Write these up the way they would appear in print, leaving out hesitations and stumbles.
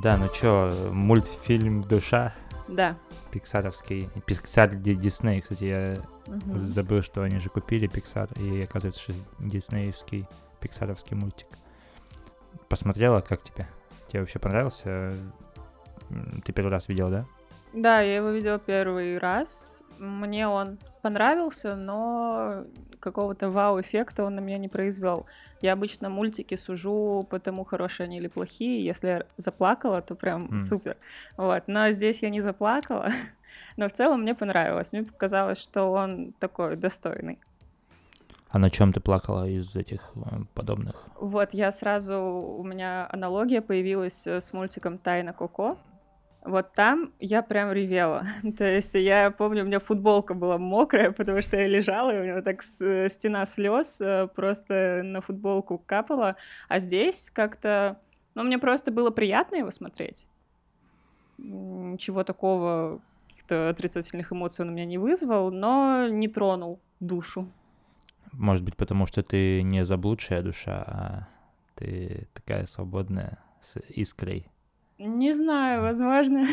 Да, ну чё, мультфильм «Душа» Да. пиксаровский. Pixar Дисней, кстати, я Мгм. забыл, что они же купили Pixar, и оказывается, что диснеевский пиксаровский мультик. Посмотрела, как тебе? Тебе вообще понравился? Ты первый раз видел, да? Да, я его видела первый раз. Мне он понравился, но какого-то вау-эффекта он на меня не произвел. Я обычно мультики сужу по тому, хорошие они или плохие. Если я заплакала, то прям супер. Вот. Но здесь я не заплакала. Но в целом мне понравилось. Мне показалось, что он такой достойный. А на чем ты плакала из этих подобных? Вот, у меня аналогия появилась с мультиком «Тайна Коко». Вот там я прям ревела. То есть я помню, у меня футболка была мокрая, потому что я лежала, и у меня так стена слез просто на футболку капала. А здесь как-то... Ну, мне просто было приятно его смотреть. Ничего такого, каких-то отрицательных эмоций он у меня не вызвал, но не тронул душу. Может быть, потому что ты не заблудшая душа, а ты такая свободная, с искрой. Не знаю, возможно.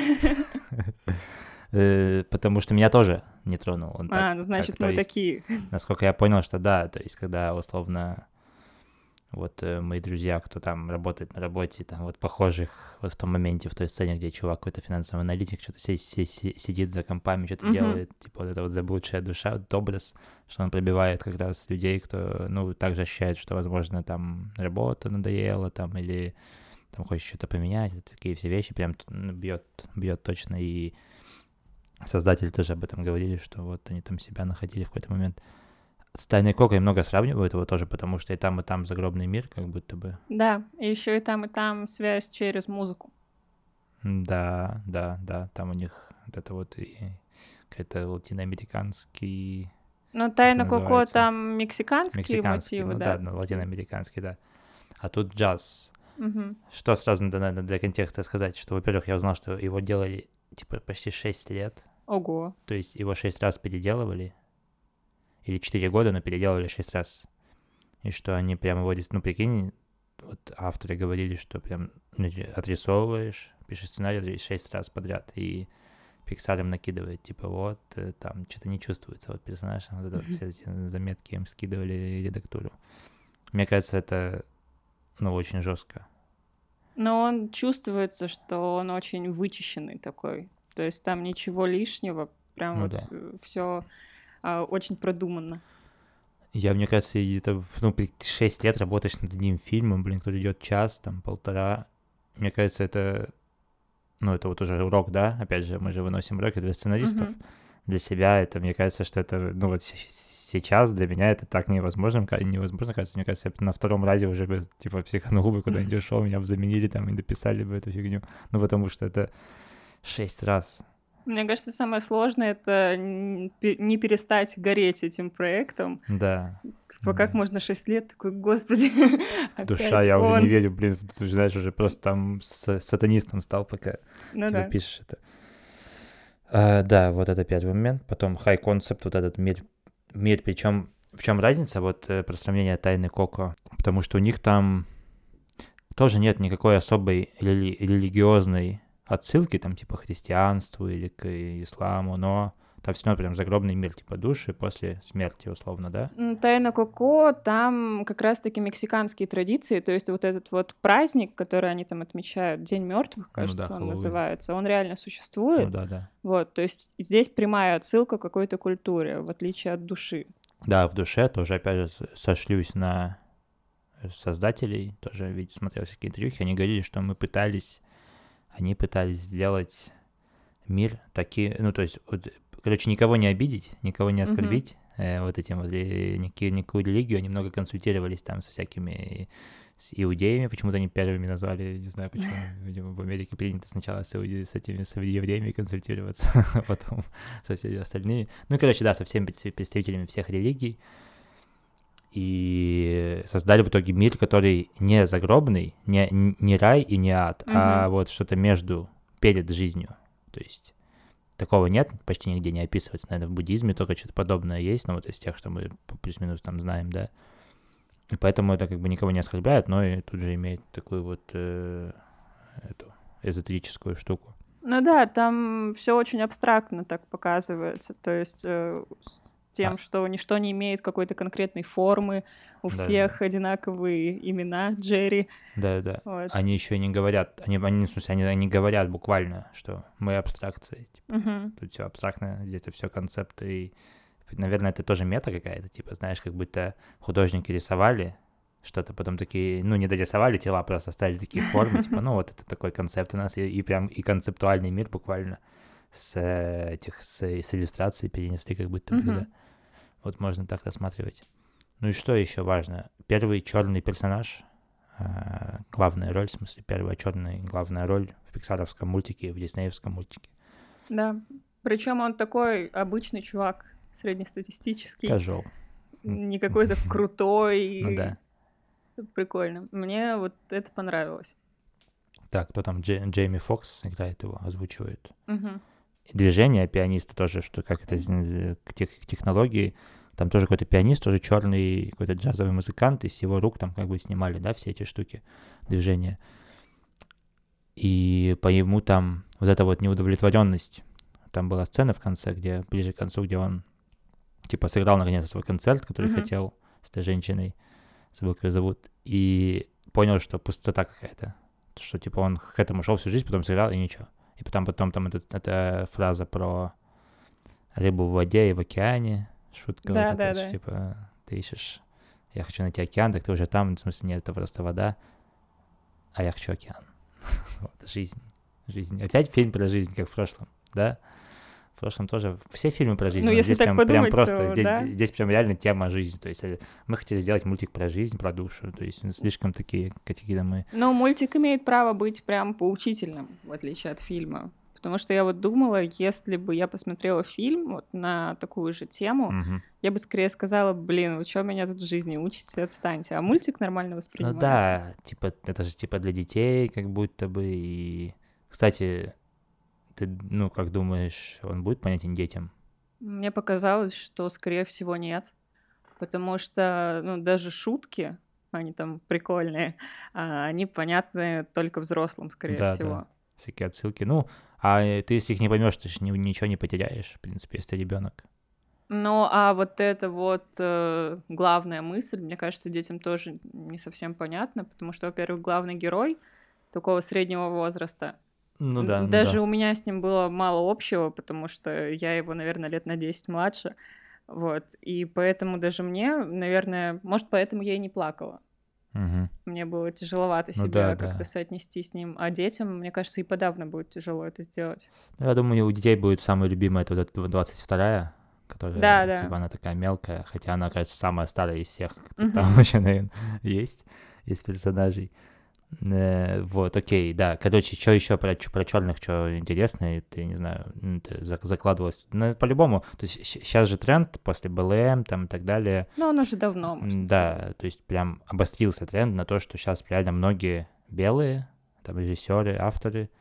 Потому что меня тоже не тронул он так. Ну, значит, мы такие. Насколько я понял, что да, то есть когда условно вот мои друзья, кто там работает на работе, там вот похожих вот в том моменте, в той сцене, где чувак какой-то финансовый аналитик что-то сидит за компами, что-то делает, типа вот это вот заблудшая душа, вот образ, что он пробивает как раз людей, кто, ну, также ощущает, что, возможно, там работа надоела, там, или там хочет что-то поменять, вот такие все вещи прям бьет точно, и создатели тоже об этом говорили, что вот они там себя находили в какой-то момент. С «Тайной Кокой» много сравнивают его тоже, потому что и там загробный мир, как будто бы. Да, и еще и там связь через музыку. Да, там у них вот это вот и какой-то латиноамериканский... Ну, «Тайна это Коко» называется? там мексиканские Мексиканский, мотивы, ну да. да, латиноамериканский, да. А тут джаз. Мгм. Что сразу надо для контекста сказать, что, во-первых, я узнал, что его делали типа почти 6 лет. Ого. То есть его 6 раз переделывали. Или 4 года, но переделывали 6 раз. И что они прямо его... Ну, прикинь, вот авторы говорили, что прям отрисовываешь, пишешь сценарий 6 раз подряд, и Pixar им накидывает, типа, вот, там что-то не чувствуется, вот персонаж, вот это вот все эти заметки им скидывали редактуру. Мне кажется, это, ну, очень жестко. Но он чувствуется, что он очень вычищенный такой. То есть там ничего лишнего, прям Ну вот да. все очень продуманно. Мне кажется, это, ну, 6 лет работаешь над одним фильмом, блин, кто-то идет час, там, полтора. Мне кажется, это, ну, это вот уже урок, да? Опять же, мы же выносим уроки для сценаристов. Для себя это, мне кажется, что это, ну, вот сейчас для меня это так невозможно, кажется. Мне кажется, я на втором разе уже бы, типа, психанул бы, куда-нибудь ушел, меня бы заменили там и дописали бы эту фигню. Ну, потому что это 6 раз. Мне кажется, самое сложное — это не перестать гореть этим проектом. Да. Как можно 6 лет? Такой, господи, Душа, опять я уже не он. верю, блин, ты же знаешь, уже просто там сатанистом стал, пока Ну пишешь это. Да, вот это первый момент. Потом high concept, вот этот мир, причем в чем разница вот про сравнение «Тайны Коко»? Потому что у них там тоже нет никакой особой религиозной отсылки, там, типа, к христианству или к исламу, но там все равно прям загробный мир, типа, души после смерти, условно, да? «Тайна Коко», там как раз-таки мексиканские традиции, то есть вот этот вот праздник, который они там отмечают, День мертвых, кажется, он Хэллоуин называется, он реально существует. Ну да. Вот, то есть здесь прямая отсылка к какой-то культуре, в отличие от души. Да, в душе тоже, опять же, сошлюсь на создателей, тоже, видите, смотрел всякие интервьюхи, они говорили, что они пытались сделать мир такие, ну, то есть, вот, короче, никого не обидеть, никого не оскорбить, вот этим вот, никакую религию, они много консультировались там со всякими с иудеями, почему-то они первыми назвали, не знаю почему, видимо, в Америке принято сначала с евреями консультироваться, а потом со всеми остальными. Ну, короче, да, со всеми представителями всех религий. И создали в итоге мир, который не загробный, не рай и не ад, а вот что-то перед жизнью. То есть такого нет, почти нигде не описывается, наверное, в буддизме только что-то подобное есть, но вот из тех, что мы плюс-минус там знаем, да. И поэтому это как бы никого не оскорбляет, но и тут же имеет такую вот эту эзотерическую штуку. Ну да, там все очень абстрактно так показывается. То есть с А, тем, что ничто не имеет какой-то конкретной формы, у да-да-да. всех одинаковые имена Джерри. Да-да. Вот. Они еще и не говорят, в смысле, они говорят буквально, что мы абстракции. Типа, Мгм. тут все абстрактно, здесь это все концепты. И, наверное, это тоже мета какая-то, типа, знаешь, как будто художники рисовали что-то, потом такие, ну, не дорисовали тела, просто оставили такие формы, типа, ну, вот это такой концепт у нас, и прям и концептуальный мир буквально с иллюстрацией перенесли, как будто бы, да. Мгм. Вот можно так рассматривать. Ну и что еще важно? Первый черный персонаж, главная роль, в смысле, первая черная главная роль в пиксаровском мультике, в диснеевском мультике. Да. Причем он такой обычный чувак, среднестатистический, Кожол. не какой-то крутой. Ну да. Прикольно. Мне вот это понравилось. Так, кто там? Джейми Фокс играет его, озвучивает. Мгм. И движение пианиста тоже, что как это технологии. Там тоже какой-то пианист, тоже черный какой-то джазовый музыкант, и с его рук там как бы снимали, да, все эти штуки, движения. И по ему там вот эта вот неудовлетворенность. Там была сцена в конце, где ближе к концу, где он типа сыграл наконец свой концерт, который хотел с этой женщиной, забыл, как ее зовут, и понял, что пустота какая-то, что типа он к этому шел всю жизнь, потом сыграл и ничего. И потом там эта фраза про рыбу в воде и в океане, шутка Да, вот да, эта, что да. типа ты ищешь, я хочу найти океан, так ты уже там, в смысле нет, это просто вода, а я хочу океан. Вот, жизнь. Опять фильм про жизнь, как в прошлом, да? В прошлом тоже все фильмы про жизнь, Ну, но если здесь так прям подумать, просто, то да. здесь прям реально тема жизни. То есть мы хотели сделать мультик про жизнь, про душу. То есть слишком такие какие-то мы... Но мультик имеет право быть прям поучительным, в отличие от фильма. Потому что я вот думала, если бы я посмотрела фильм вот на такую же тему, Мгм. я бы скорее сказала, блин, вы что меня тут в жизни учите, отстаньте. А мультик нормально Ну воспринимается. да, типа это же типа для детей как будто бы. И, кстати, ты, ну, как думаешь, он будет понятен детям? Мне показалось, что, скорее всего, нет. Потому что, ну, даже шутки, они там прикольные, они понятны только взрослым, скорее Да, да. всего. Всякие отсылки. Ну, а ты если их не поймешь, ты же ничего не потеряешь, в принципе, если ты ребенок. Ну, а вот эта вот главная мысль, мне кажется, детям тоже не совсем понятна, потому что, во-первых, главный герой такого среднего возраста. Ну да, ну Даже да. у меня с ним было мало общего, потому что я его, наверное, лет на 10 младше. Вот. И поэтому даже мне, наверное, может, поэтому я и не плакала. Мгм. Мне было тяжеловато Ну да, себя как-то да. соотнести с ним. А детям, мне кажется, и подавно будет тяжело это сделать. Ну, я думаю, у детей будет самая любимая это вот эта 22-я, Да, которая, да. типа, она такая мелкая, хотя она, кажется, самая старая из всех, кто Мгм. там вообще, наверное, есть, из персонажей. Вот, окей, да. Короче, что еще про черных, что интересно, ты, не знаю, ты закладывалось. Ну, по-любому, то есть сейчас же тренд после БЛМ там и так далее. Ну, он уже давно, можно сказать. Да, то есть прям обострился тренд на то, что сейчас реально многие белые, там, режиссеры, авторы,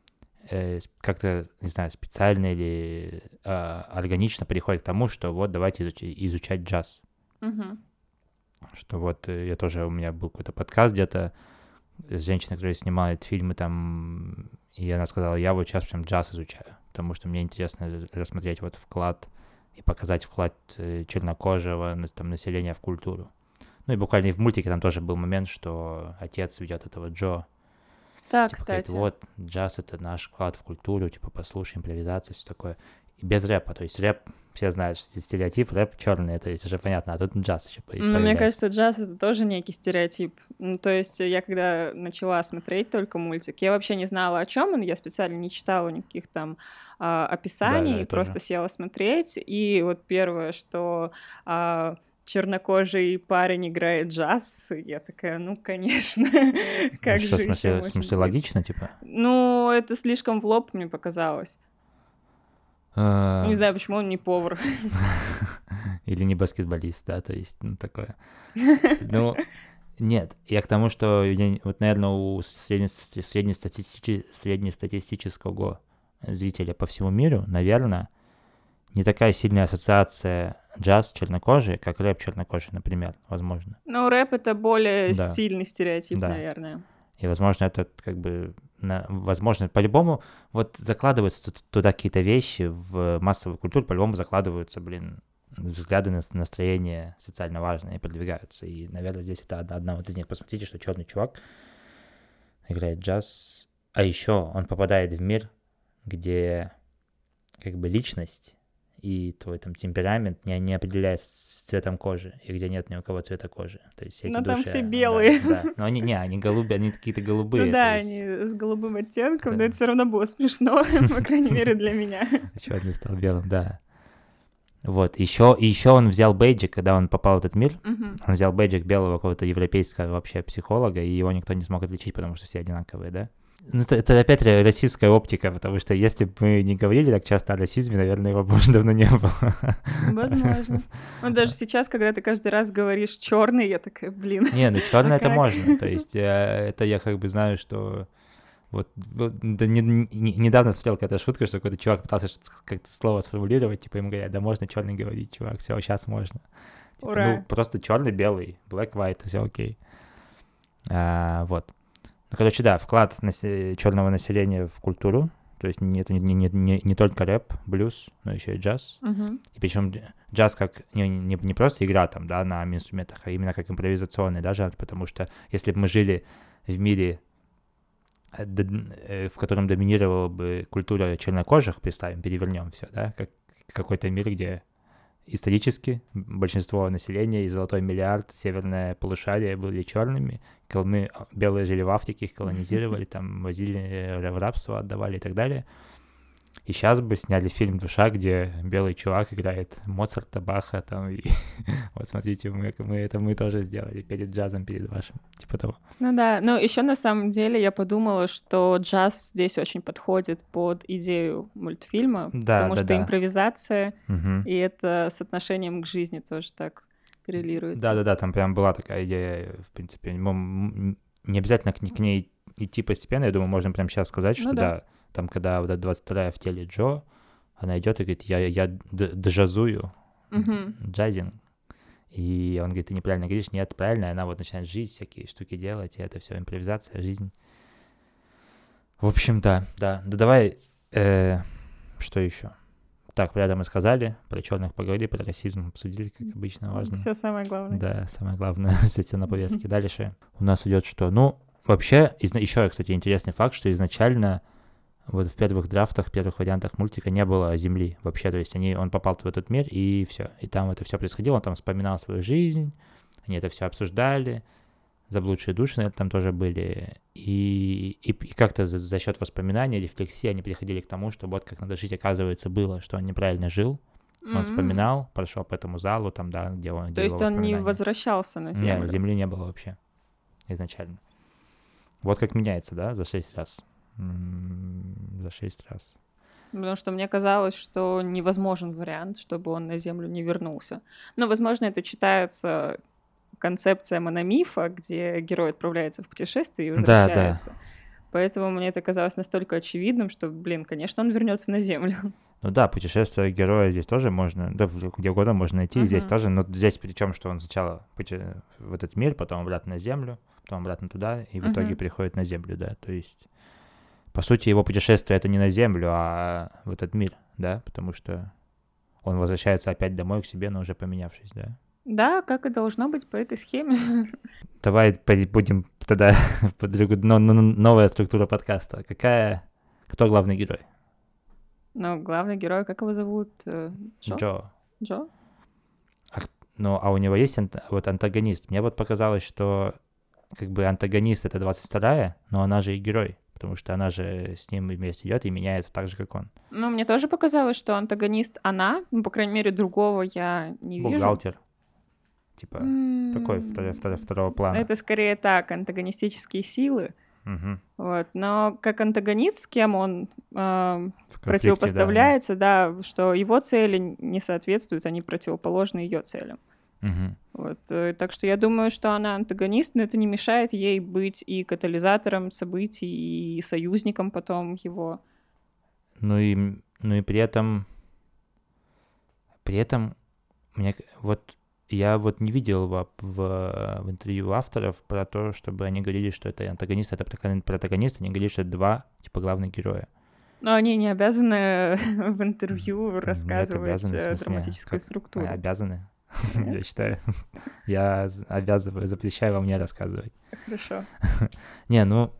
как-то, не знаю, специально или органично приходят к тому, что вот давайте изучать джаз. Мгм. Что вот я тоже, у меня был какой-то подкаст где-то с женщиной, которая снимает фильмы там, и она сказала, я вот сейчас прям джаз изучаю, потому что мне интересно рассмотреть вот вклад и показать вклад чернокожего там, населения в культуру. Ну и буквально и в мультике там тоже был момент, что отец ведет этого Джо. Да, Типа говорит, кстати. вот, джаз — это наш вклад в культуру, типа, послушай, импровизация, все такое. И без рэпа, то есть рэп, все знают, что стереотип, рэп черный, это ведь уже понятно, а тут джаз еще Но мне появляется. кажется, джаз — это тоже некий стереотип. Ну, то есть я когда начала смотреть только мультик, я вообще не знала, о чем он, я специально не читала никаких там описаний, Да, я просто тоже. села смотреть, и вот первое, что чернокожий парень играет джаз, я такая, ну, конечно, Ну как что, же еще в может смысле быть? логично, типа? Ну, это слишком в лоб мне показалось. Не знаю, почему он не повар. Или не баскетболист, да, то есть, ну, такое. Ну, нет, я к тому, что, вот, наверное, у среднестатистического зрителя по всему миру, наверное, не такая сильная ассоциация джаз чернокожий, как рэп чернокожий, например, возможно. Ну, рэп — это более Да, сильный стереотип, да. наверное. И, возможно, это как бы, возможно, по-любому вот закладываются туда какие-то вещи в массовую культуру, по-любому закладываются, блин, взгляды на настроение социально важные и продвигаются. И, наверное, здесь это одна вот из них. Посмотрите, что черный чувак играет джаз, а еще он попадает в мир, где как бы личность и твой там темперамент не определяется с цветом кожи, и где нет ни у кого цвета кожи. То есть эти Но там души, все белые. да. Но они голубые, они какие-то голубые. Ну да, они с голубым оттенком, но это все равно было смешно, по крайней мере, для меня. Черный стал белым, да. Вот, еще он взял бейджик, когда он попал в этот мир, он взял бейджик белого какого-то европейского вообще психолога, и его никто не смог отличить, потому что все одинаковые, да? Ну, это опять российская оптика, потому что если бы мы не говорили так часто о расизме, наверное, его бы уже давно не было. Возможно. Ну, даже сейчас, когда ты каждый раз говоришь черный, я такая, блин. Не, ну черный это можно. То есть это я как бы знаю, что вот да, недавно смотрел какая-то шутка, что какой-то чувак пытался как-то слово сформулировать, типа ему говорят, да можно черный говорить, чувак, все, сейчас можно. Типа, Ура. ну, просто черный, белый, black, white, все окей. Вот. Ну, короче, да, вклад черного населения в культуру, то есть это не только рэп, блюз, но еще и джаз. И причем джаз как не просто игра там, да, на инструментах, а именно как импровизационный, да, жанр, потому что если бы мы жили в мире, в котором доминировала бы культура чернокожих, представим, перевернем все, да, как какой-то мир, где исторически большинство населения и золотой миллиард, северное полушарие были черными, мы белые жили в Африке, их колонизировали, там возили в рабство, отдавали и так далее. И сейчас бы сняли фильм «Душа», где белый чувак играет Моцарта, Баха, там, и вот смотрите, мы тоже сделали перед джазом, перед вашим, типа того. Ну да, но еще на самом деле я подумала, что джаз здесь очень подходит под идею мультфильма, потому что импровизация, и это с отношением к жизни тоже так коррелируется. Да-да-да, там прям была такая идея, в принципе, не обязательно к ней идти постепенно, я думаю, можно прямо сейчас сказать, что да, там, когда вот эта 22-я в теле Джо, она идет и говорит, я джазую, джазинг. И он говорит, ты неправильно говоришь, нет, правильно, и она вот начинает жить, всякие штуки делать, и это все импровизация, жизнь. В общем, да. Давай, что еще? Так, про это мы сказали, про черных поговорили, про расизм обсудили, как обычно, важно. Все самое главное. Да, самое главное, кстати, на повестке. Дальше у нас идет что? Ну, вообще, еще, кстати, интересный факт, что изначально вот в первых драфтах, первых вариантах мультика не было Земли вообще, то есть он попал в этот мир, и все, и там это все происходило, он там вспоминал свою жизнь, они это все обсуждали, заблудшие души, наверное, там тоже были, и как-то за счет воспоминаний, рефлексии они приходили к тому, что вот как надо жить, оказывается, было, что он неправильно жил, он вспоминал, прошел по этому залу, там, да, где он... То есть он не возвращался на Землю? Нет, Земли не было вообще изначально. Вот как меняется, да, за 6 раз. За 6 раз. Потому что мне казалось, что невозможен вариант, чтобы он на Землю не вернулся. Но, возможно, это читается концепция мономифа, где герой отправляется в путешествие и возвращается. Да. Поэтому мне это казалось настолько очевидным, что, конечно, он вернется на Землю. Ну да, путешествие героя здесь тоже можно, да, где угодно можно найти, здесь тоже, но здесь причем, что он сначала в этот мир, потом обратно на Землю, потом обратно туда, и в итоге приходит на Землю, да, то есть... По сути, его путешествие — это не на Землю, а в этот мир, да, потому что он возвращается опять домой к себе, но уже поменявшись, да. Да, как и должно быть по этой схеме. Давай будем тогда новая структура подкаста. Кто главный герой? Ну, главный герой, как его зовут? Джо. Джо? А у него есть вот антагонист. Мне вот показалось, что как бы антагонист — это 22-я, но она же и герой. Потому что она же с ним вместе идет и меняется так же, как он. Ну, мне тоже показалось, что антагонист она, ну, по крайней мере, другого я не вижу. Бухгалтер. Типа, такой второго плана. Это скорее так, антагонистические силы. Вот. Но как антагонист, с кем он противопоставляется, да, что его цели не соответствуют, они противоположны ее целям. Вот. Так что я думаю, что она антагонист, но это не мешает ей быть и катализатором событий, и союзником потом его. Ну и при этом мне вот я вот не видел в интервью авторов про то, чтобы они говорили, что это антагонист, это протагонист, они говорили, что это два, типа, главных героя. Но они не обязаны в интервью Нет, рассказывать обязаны, в смысле, драматическую как структуру. обязаны, Нет? я считаю. Я обязываю, запрещаю вам не рассказывать. Хорошо. Не, ну,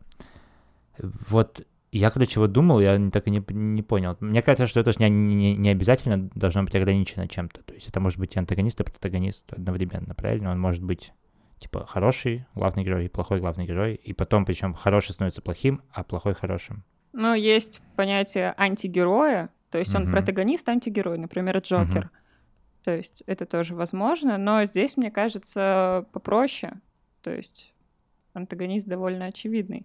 вот я, короче, вот думал, я так и не понял. Мне кажется, что это же не обязательно должно быть ограничено чем-то. То есть это может быть и антагонист, и протагонист одновременно, правильно? Он может быть, типа, хороший главный герой и плохой главный герой, и потом, причем, хороший становится плохим, а плохой хорошим. Ну, есть понятие антигероя, то есть он Мгм. протагонист, антигерой, например, Джокер. Мгм. То есть это тоже возможно, но здесь, мне кажется, попроще. То есть антагонист довольно очевидный.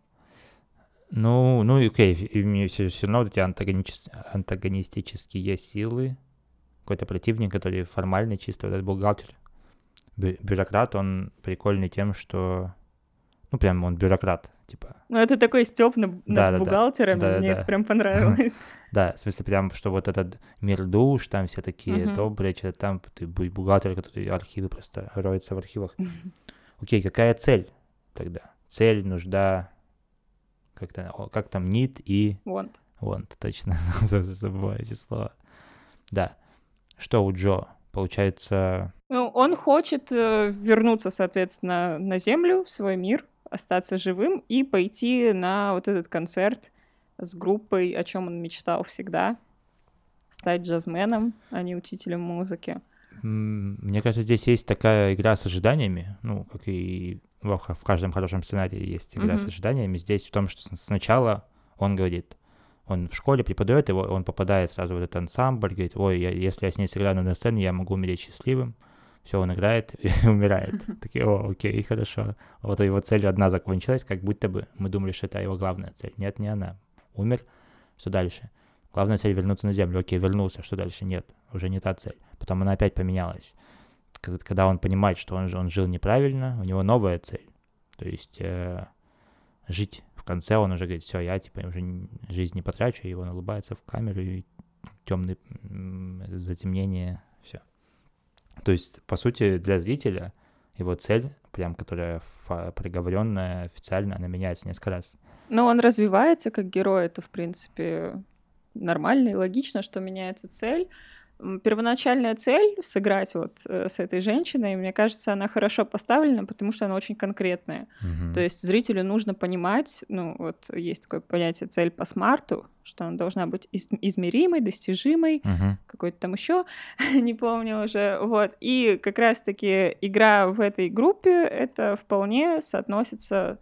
Ну, и окей, и мне все равно вот эти антагонистические силы, какой-то противник, который формальный, чисто вот этот бухгалтер, бюрократ, он прикольный тем, что, ну, прям он бюрократ, типа. Ну, это такой стёб над Да-да-да. бухгалтерами, мне это Да-да-да. прям понравилось. Да, в смысле, прям, что вот этот мир душ, там все такие Мгм. добрые, что-то там, ты бухгалтер, который архивы просто роется в архивах. Окей, какая цель тогда? Цель, нужда, как там, need и Want. want, точно, забываю эти слова. Да. Что у Джо? Получается... Ну, он хочет вернуться, соответственно, на Землю, в свой мир, остаться живым и пойти на вот этот концерт с группой, о чем он мечтал всегда. Стать джазменом, а не учителем музыки. Мне кажется, здесь есть такая игра с ожиданиями, ну, как и в каждом хорошем сценарии есть игра с ожиданиями. Здесь в том, что сначала он говорит, он в школе преподает, его, он попадает сразу в этот ансамбль, говорит, ой, если я с ней сыграю на сцене, я могу умереть счастливым. Все, он играет и умирает. Такие, о, окей, хорошо. Вот его цель одна закончилась, как будто бы мы думали, что это его главная цель. Нет, не она. Умер, что дальше? Главная цель — вернуться на Землю. Окей, вернулся, что дальше? Нет, уже не та цель. Потом она опять поменялась. Когда он понимает, что он жил неправильно, у него новая цель. То есть жить. В конце он уже говорит, все, я типа уже жизнь не потрачу, и он улыбается в камеру, и темное затемнение, все. То есть, по сути, для зрителя его цель, прям которая приговоренная официально, она меняется несколько раз. Но он развивается как герой, это, в принципе, нормально и логично, что меняется цель. Первоначальная цель сыграть вот с этой женщиной, мне кажется, она хорошо поставлена, потому что она очень конкретная. То есть зрителю нужно понимать, ну вот есть такое понятие цель по смарту, что она должна быть измеримой, достижимой, какой-то там еще, не помню уже, вот. И как раз-таки игра в этой группе, это вполне соотносится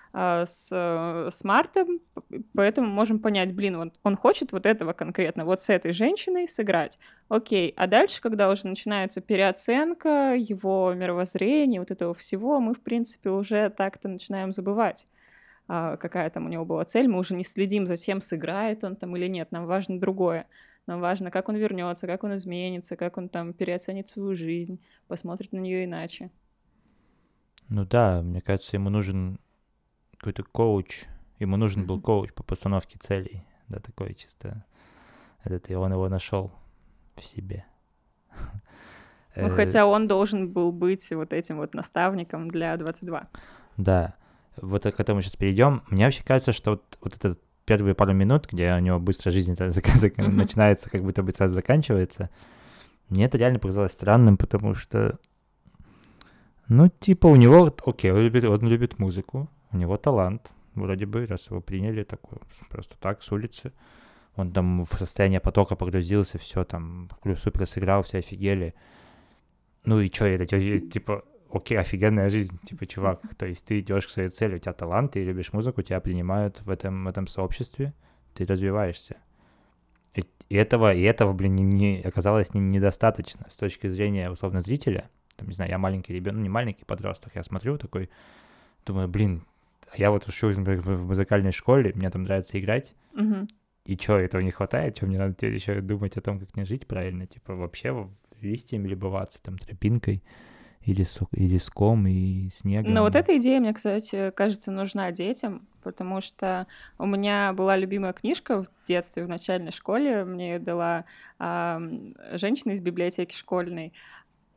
с Мартом, поэтому можем понять, блин, он хочет вот этого конкретно, вот с этой женщиной сыграть. Окей, а дальше, когда уже начинается переоценка его мировоззрения, вот этого всего, мы, в принципе, уже так-то начинаем забывать, какая там у него была цель, мы уже не следим за тем, сыграет он там или нет, нам важно другое. Нам важно, как он вернется, как он изменится, как он там переоценит свою жизнь, посмотрит на нее иначе. Ну да, мне кажется, ему нужен какой-то коуч, ему нужен был коуч по постановке целей, да, такой чисто, и он его нашел в себе. Ну, хотя он должен был быть вот этим вот наставником для 22. Да, вот к этому сейчас перейдем. Мне вообще кажется, что вот это первые пару минут, где у него быстро жизнь начинается, как будто бы сразу заканчивается, мне это реально показалось странным, потому что, ну, типа у него, окей, он любит музыку, у него талант, вроде бы, раз его приняли такой, просто так, с улицы. Он там в состояние потока погрузился, все там, супер сыграл, все офигели. Ну и что, это типа, окей, офигенная жизнь, типа, чувак. То есть ты идешь к своей цели, у тебя талант, ты любишь музыку, тебя принимают в этом сообществе, ты развиваешься. И этого, блин, не оказалось недостаточно с точки зрения, условно, зрителя. Там, не знаю, я маленький ребенок, ну не маленький подросток, я смотрю такой, думаю, блин, я вот учусь, например, в музыкальной школе, мне там нравится играть, и что, этого не хватает? Что, мне надо теперь еще думать о том, как мне жить правильно? Типа вообще листьями любоваться, там, тропинкой или леском и снегом. Ну вот эта идея мне, кстати, кажется, нужна детям, потому что у меня была любимая книжка в детстве, в начальной школе, мне ее дала женщина из библиотеки школьной.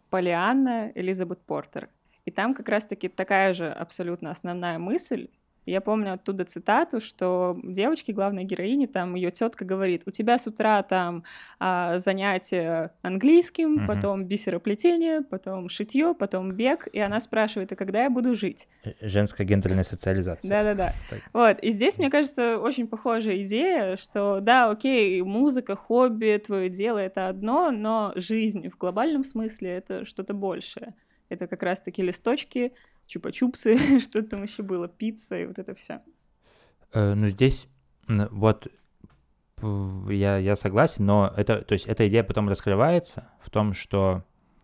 «Поллианна» Элизабет Портер. И там как раз-таки такая же абсолютно основная мысль. Я помню оттуда цитату, что девочке, главной героине, там ее тетка говорит: у тебя с утра там занятия английским, потом бисероплетение, потом шитье, потом бег, и она спрашивает: а когда я буду жить? Женская гендерная социализация. Да-да-да. Вот, и здесь, мне кажется, очень похожая идея, что да, окей, музыка, хобби, твое дело — это одно, но жизнь в глобальном смысле — это что-то большее. Это как раз-таки листочки, чупа-чупсы, что там еще было, пицца и вот это все. Ну, здесь вот я согласен, но то есть эта идея потом раскрывается в том, что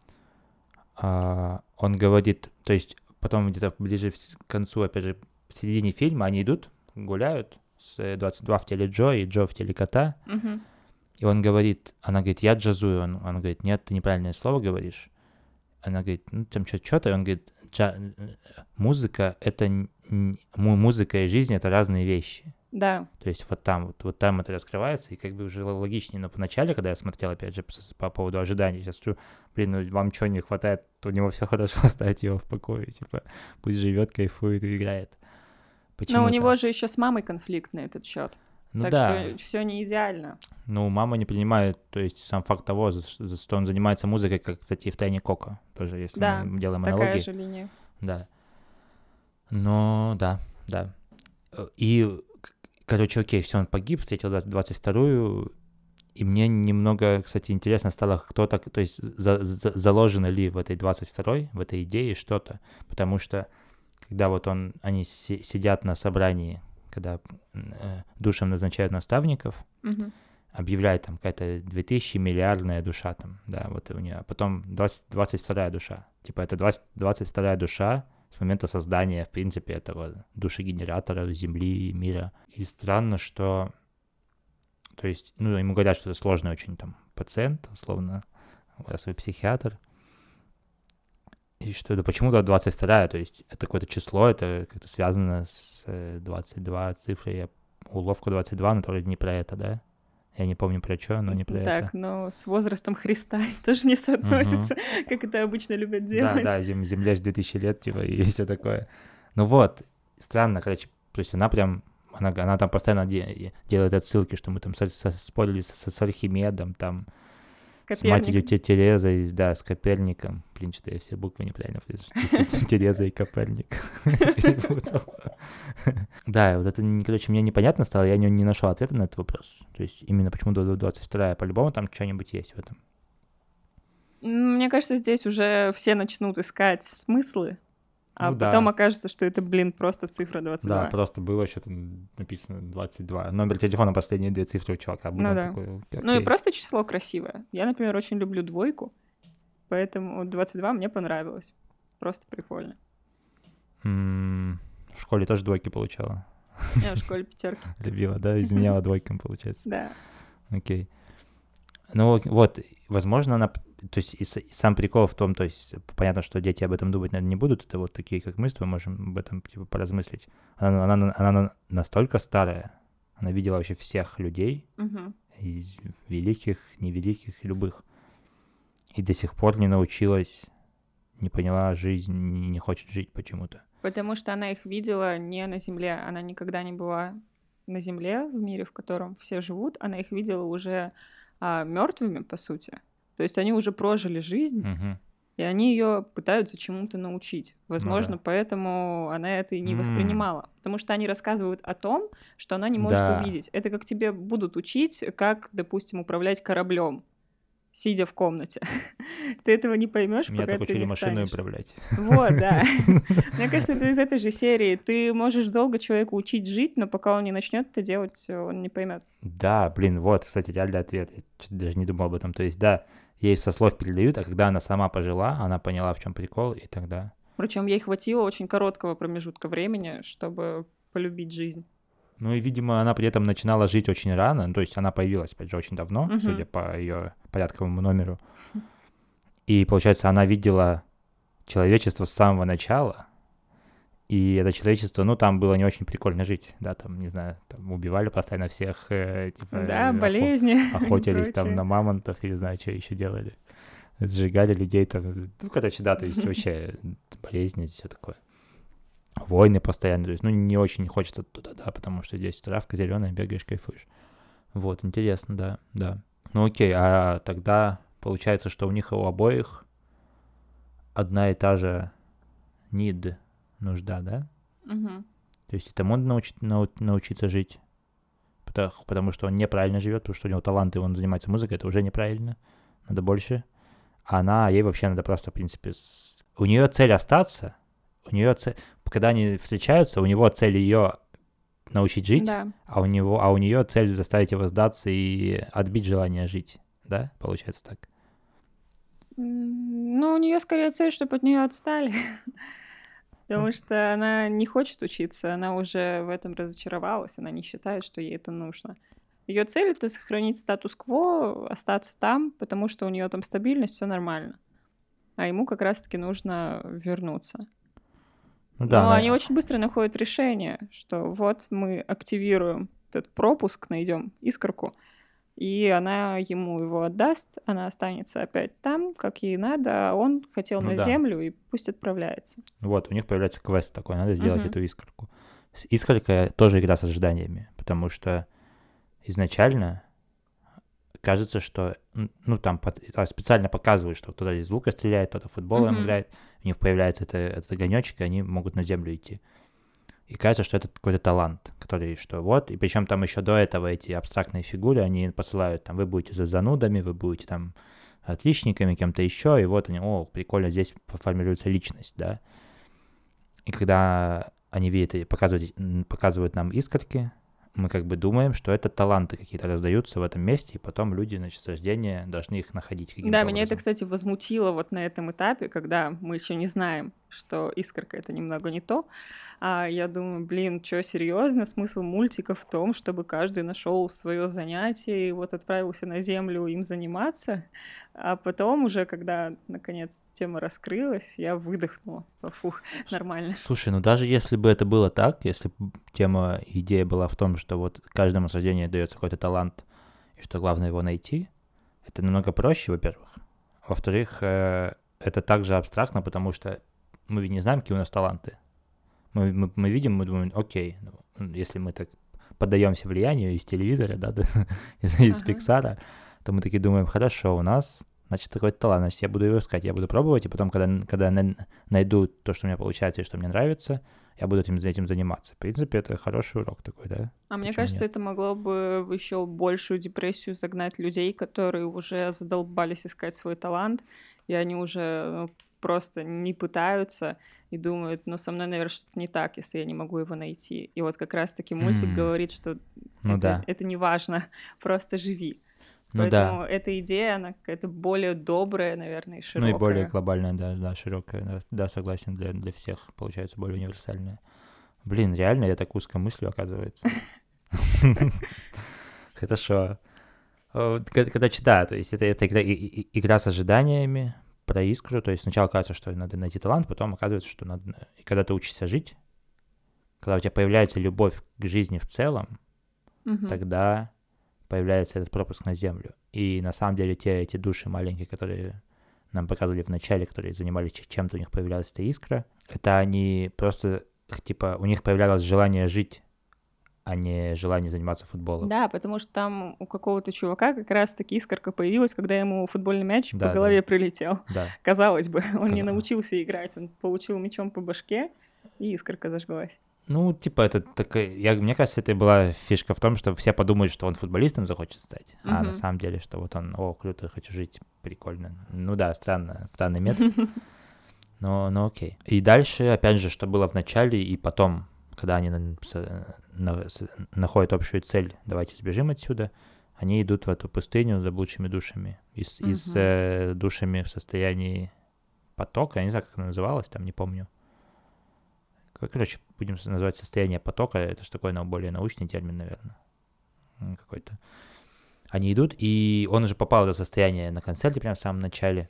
он говорит, то есть потом где-то ближе к концу, опять же, в середине фильма они идут, гуляют с 22 в теле Джо и Джо в теле кота, и он говорит, она говорит: я джазую, он говорит: нет, ты неправильное слово говоришь. Она говорит: ну там что-то, и он говорит: музыка и жизнь — это разные вещи. Да. То есть вот там это раскрывается, и как бы уже логичнее. Но поначале, когда я смотрел, опять же, по поводу ожиданий, сейчас скажу: блин, ну вам что не хватает, у него все хорошо, оставьте его в покое, типа, пусть живет, кайфует и играет. Почему-то. Но у него же еще с мамой конфликт на этот счет. Ну так да. что все не идеально. Ну, мама не принимает, то есть сам факт того, что он занимается музыкой, как, кстати, и в «Тайне Коко», тоже, если мы делаем аналогии. Такая же линия. Да. Но, да. И, короче, окей, все, он погиб, встретил 22-ю, и мне немного, кстати, интересно стало, кто так, то есть заложено ли в этой 22-й, в этой идее что-то, потому что, когда вот они сидят на собрании, когда душам назначают наставников, объявляет там какая-то 2000-миллиардная душа там, да, вот у нее, а потом 22-я душа, типа это 22-я душа с момента создания, в принципе, этого душегенератора Земли, мира. И странно, что, то есть, ну, ему говорят, что это сложный очень там пациент, условно, раз вы психиатр, и что, да почему-то 22-я, то есть это какое-то число, это как-то связано с 22 цифрой, уловка 22, но тоже не про это, да? Я не помню про что, но не про это. Так, но с возрастом Христа тоже не соотносится, как это обычно любят делать. Да, Земле же 2000 лет, типа, и все такое. Ну вот, странно, короче, то есть она прям, она там постоянно делает отсылки, что мы там спорили с Архимедом, там, с матерью Терезой, да, с Коперником. Блин, что-то я все буквы неправильно произношу. Тереза и Коперник. Да, вот это, короче, мне непонятно стало, я не нашел ответа на этот вопрос. То есть именно почему 22-я, по-любому там что-нибудь есть в этом. Мне кажется, здесь уже все начнут искать смыслы, а потом окажется, что это, просто цифра 22. Да, просто было что-то написано 22. Номер телефона, последние 2 цифры у чувака. Ну да. Такой, ну и просто число красивое. Я, например, очень люблю 2, поэтому 22 мне понравилось. Просто прикольно. В школе тоже 2 получала? Я в школе 5. Любила, да? Изменяла 2, получается. Да. Окей. Ну вот, возможно, она... То есть и сам прикол в том, то есть понятно, что дети об этом думать, наверное, не будут, это вот такие, как мы с тобой, можем об этом типа поразмыслить. Она настолько старая, она видела вообще всех людей, из великих, невеликих, любых, и до сих пор не научилась, не поняла жизнь, не хочет жить почему-то. Потому что она их видела не на Земле, она никогда не была на Земле, в мире, в котором все живут, она их видела уже мертвыми, по сути. То есть они уже прожили жизнь, и они ее пытаются чему-то научить. Возможно, поэтому она это и не воспринимала. Потому что они рассказывают о том, что она не может увидеть. Это как тебе будут учить, как, допустим, управлять кораблем, сидя в комнате. Ты этого не поймешь, пока ты не встанешь. Меня так учили машину управлять. Вот, да. Мне кажется, это из этой же серии. Ты можешь долго человека учить жить, но пока он не начнет это делать, он не поймет. Да, блин, вот, кстати, реальный ответ. Я даже не думал об этом. То есть, да, ей со слов передают, а когда она сама пожила, она поняла, в чем прикол, и тогда... Причем ей хватило очень короткого промежутка времени, чтобы полюбить жизнь. Ну и, видимо, она при этом начинала жить очень рано, то есть она появилась, опять же, очень давно, судя по ее порядковому номеру. И, получается, она видела человечество с самого начала, и это человечество, ну, там было не очень прикольно жить, да, там, не знаю, там убивали постоянно всех, типа... Да, болезни. Охотились там на мамонтов, и не знаю, что еще делали. сжигали людей там. Ну, короче, да, то есть вообще болезни, все такое. Войны постоянно, то есть, ну, не очень хочется туда, да, потому что здесь травка зеленая, бегаешь, кайфуешь. Вот, интересно, да, да. Ну, окей, а тогда получается, что у них у обоих одна и та же need, нужда, да? Мгм. То есть это можно научиться жить, потому что он неправильно живет, потому что у него талант, и он занимается музыкой, это уже неправильно, надо больше. А ей вообще надо просто, в принципе, у нее цель остаться, у нее цель, когда они встречаются, у него цель ее научить жить, Да. а у нее цель заставить его сдаться и отбить желание жить, да? Получается так. Ну, у нее скорее цель, чтобы от нее отстали. Потому что она не хочет учиться, она уже в этом разочаровалась, она не считает, что ей это нужно. Ее цель это сохранить статус-кво, остаться там, потому что у нее там стабильность, все нормально. А ему как раз-таки нужно вернуться. Ну да, Но они она... очень быстро находят решение, что вот мы активируем этот пропуск, найдем искорку, и она ему его отдаст, она останется опять там, как ей надо, а он хотел Ну на да. землю и пусть отправляется. Вот, у них появляется квест такой, надо сделать Мгм. эту искорку. Искорка тоже игра с ожиданиями, потому что изначально кажется, что, ну, там специально показывают, что кто-то из лука стреляет, кто-то футболом Мгм. играет, у них появляется этот огонечек, и они могут на землю идти. И кажется, что это какой-то талант, который, что вот, и причем там еще до этого эти абстрактные фигуры, они посылают, там, вы будете за занудами, вы будете там отличниками, кем-то еще, и вот они, о, прикольно, здесь формируется личность, да. И когда они видят и показывают нам искорки, мы как бы думаем, что это таланты какие-то раздаются в этом месте, и потом люди, значит, с рождения должны их находить каким-то Да, образом. меня это, кстати, возмутило вот на этом этапе, когда мы еще не знаем, что искорка это немного не то. А я думаю, блин, что серьезно? Смысл мультика в том, чтобы каждый нашел свое занятие и вот отправился на землю им заниматься. А потом уже, когда наконец тема раскрылась, я выдохнула. Фух, нормально. Слушай, ну даже если бы это было так, если бы тема, идея была в том, что вот каждому с рождения дается какой-то талант, и что главное его найти, это намного проще, во-первых. Во-вторых, это также абстрактно, потому что мы ведь не знаем, какие у нас таланты. Мы видим, мы думаем, окей, ну, если мы так поддаемся влиянию из телевизора, да, из Ага. Пиксара, то мы такие думаем, хорошо, у нас, значит, такой-то талант, значит, я буду его искать, я буду пробовать, и потом, когда найду то, что у меня получается и что мне нравится, я буду этим заниматься. В принципе, это хороший урок такой, да? А мне Почему кажется, нет? это могло бы в еще большую депрессию загнать людей, которые уже задолбались искать свой талант, и они уже просто не пытаются и думают, ну, со мной, наверное, что-то не так, если я не могу его найти. И вот как раз-таки мультик говорит, что Ну да, это не важно, просто живи. ну да. Поэтому эта идея, она какая-то более добрая, наверное, и Ну и более широкая. глобальная, да, широкая, да, согласен, для всех, получается, более универсальная. Блин, реально я так узко мыслю, оказывается. Хорошо. Когда читаю, то есть это игра с ожиданиями про искру, то есть сначала кажется, что надо найти талант, потом оказывается, что надо... И когда ты учишься жить, когда у тебя появляется любовь к жизни в целом, Мгм. тогда появляется этот пропуск на землю. И на самом деле эти души маленькие, которые нам показывали в начале, которые занимались чем-то, у них появлялась эта искра, это они просто, типа, у них появлялось желание жить, а не желание заниматься футболом. Да, потому что там у какого-то чувака как раз-таки искорка появилась, когда ему футбольный мяч по Да, голове прилетел. да. Казалось бы, он не Каза- научился играть, он получил мячом по башке, и искорка зажглась. Ну, типа, это такая... Мне кажется, это была фишка в том, что все подумают, что он футболистом захочет стать, а на Мгм. самом деле, что вот он, о, круто, хочу жить, прикольно. Ну да, странный метод, но окей. И дальше, опять же, что было в начале и потом, когда они находят общую цель, давайте сбежим отсюда, они идут в эту пустыню с заблудшими душами, и с Мгм. душами в состоянии потока, я не знаю, как она называлась, там, не помню. Короче, будем называть состояние потока, это же такой, более научный термин, наверное, какой-то. Они идут, и он уже попал в это состояние на концерте прямо в самом начале.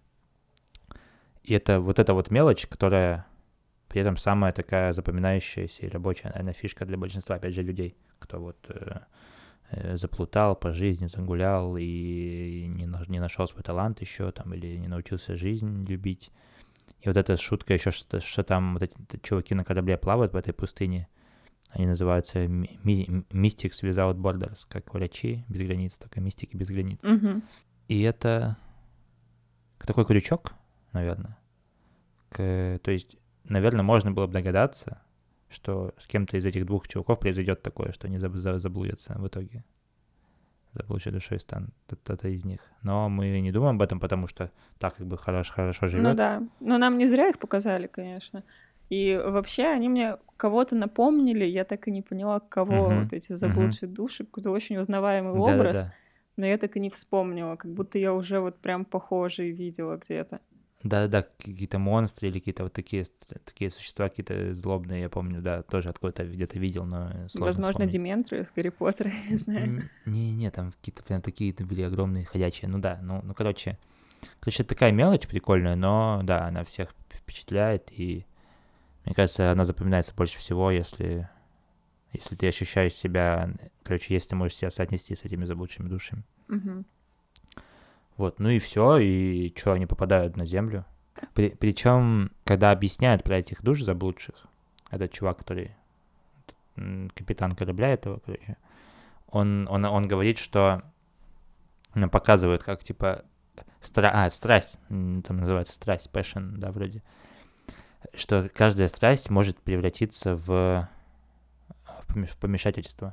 И это вот мелочь, которая при этом самая такая запоминающаяся и рабочая, наверное, фишка для большинства, опять же, людей, кто вот заплутал по жизни, загулял и не нашел свой талант еще там или не научился жизнь любить. И вот эта шутка еще, что там вот эти чуваки на корабле плавают в этой пустыне, они называются Mystics Without Borders, как врачи без границ, только мистики без границ. И это такой крючок, наверное. То есть, наверное, можно было бы догадаться, что с кем-то из этих двух чуваков произойдет такое, что они заблудятся в итоге. Заблудшей душой станут кто-то из них. Но мы не думаем об этом, потому что так как бы хорошо живет. Ну да. Но нам не зря их показали, конечно. И вообще они мне кого-то напомнили, я так и не поняла, кого вот эти заблудшие души, какой-то очень узнаваемый образ. Да-да-да. Но я так и не вспомнила, как будто я уже вот прям похожие видела где-то. Да-да-да, какие-то монстры или какие-то вот такие существа, какие-то злобные, я помню, да, тоже откуда-то где-то видел, но сложно Возможно, вспомнить. Дементры из Гарри Поттера, не знаю. Не, там какие-то прям такие были огромные ходячие, ну да, короче, это такая мелочь прикольная, но да, она всех впечатляет, и мне кажется, она запоминается больше всего, если ты ощущаешь себя, короче, если ты можешь себя соотнести с этими заблудшими душами. Вот, ну и все, и что, они попадают на землю. Причем, когда объясняют про этих душ заблудших, этот чувак, который капитан корабля этого, короче, он говорит, что показывает, как, типа, страсть, там называется страсть, passion, да, вроде, что каждая страсть может превратиться в помешательство.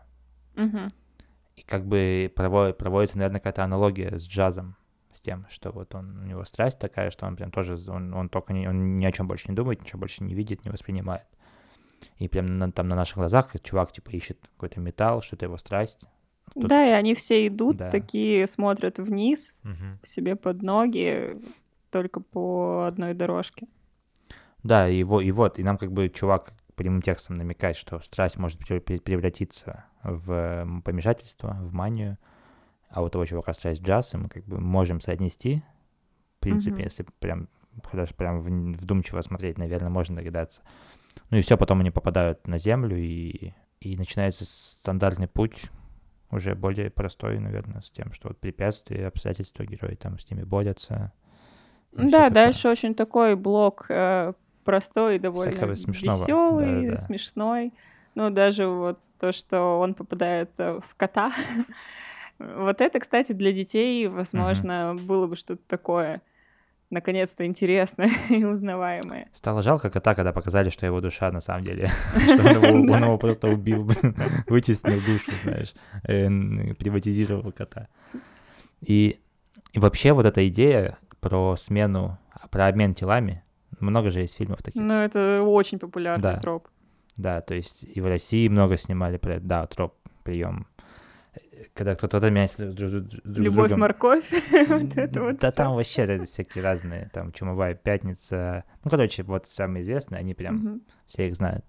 И как бы проводится, наверное, какая-то аналогия с джазом, с тем, что вот у него страсть такая, что он прям тоже, он только он ни о чем больше не думает, ничего больше не видит, не воспринимает. И прям там на наших глазах чувак типа ищет какой-то металл, что-то его страсть. Да, и они все идут, такие смотрят вниз, себе под ноги, только по одной дорожке. Да, и нам как бы чувак прямым текстом намекает, что страсть может превратиться в помешательство, в манию, а у того чувака страсть джаз, и мы как бы можем соотнести, в принципе, если прям вдумчиво смотреть, наверное, можно догадаться. Ну и все, потом они попадают на землю, и начинается стандартный путь, уже более простой, наверное, с тем, что вот препятствия, обстоятельства, герои там с ними борются. Да, дальше очень такой блок простой, довольно веселый, да. Смешной. Ну, даже вот то, что он попадает в кота. Вот это, кстати, для детей, возможно, было бы что-то такое, наконец-то, интересное и узнаваемое. Стало жалко кота, когда показали, что его душа, на самом деле, что он его просто убил, вытеснил душу, знаешь, приватизировал кота. И вообще вот эта идея про обмен телами, много же есть фильмов таких. Ну, это очень популярный троп. Да, то есть и в России много снимали про это, да, троп, прием. Когда кто-то меняется друг с другом. Любовь-морковь, вот это вот. Да, там вообще всякие разные, там «Чумовая пятница». Ну, короче, вот самые известные, они прям все их знают.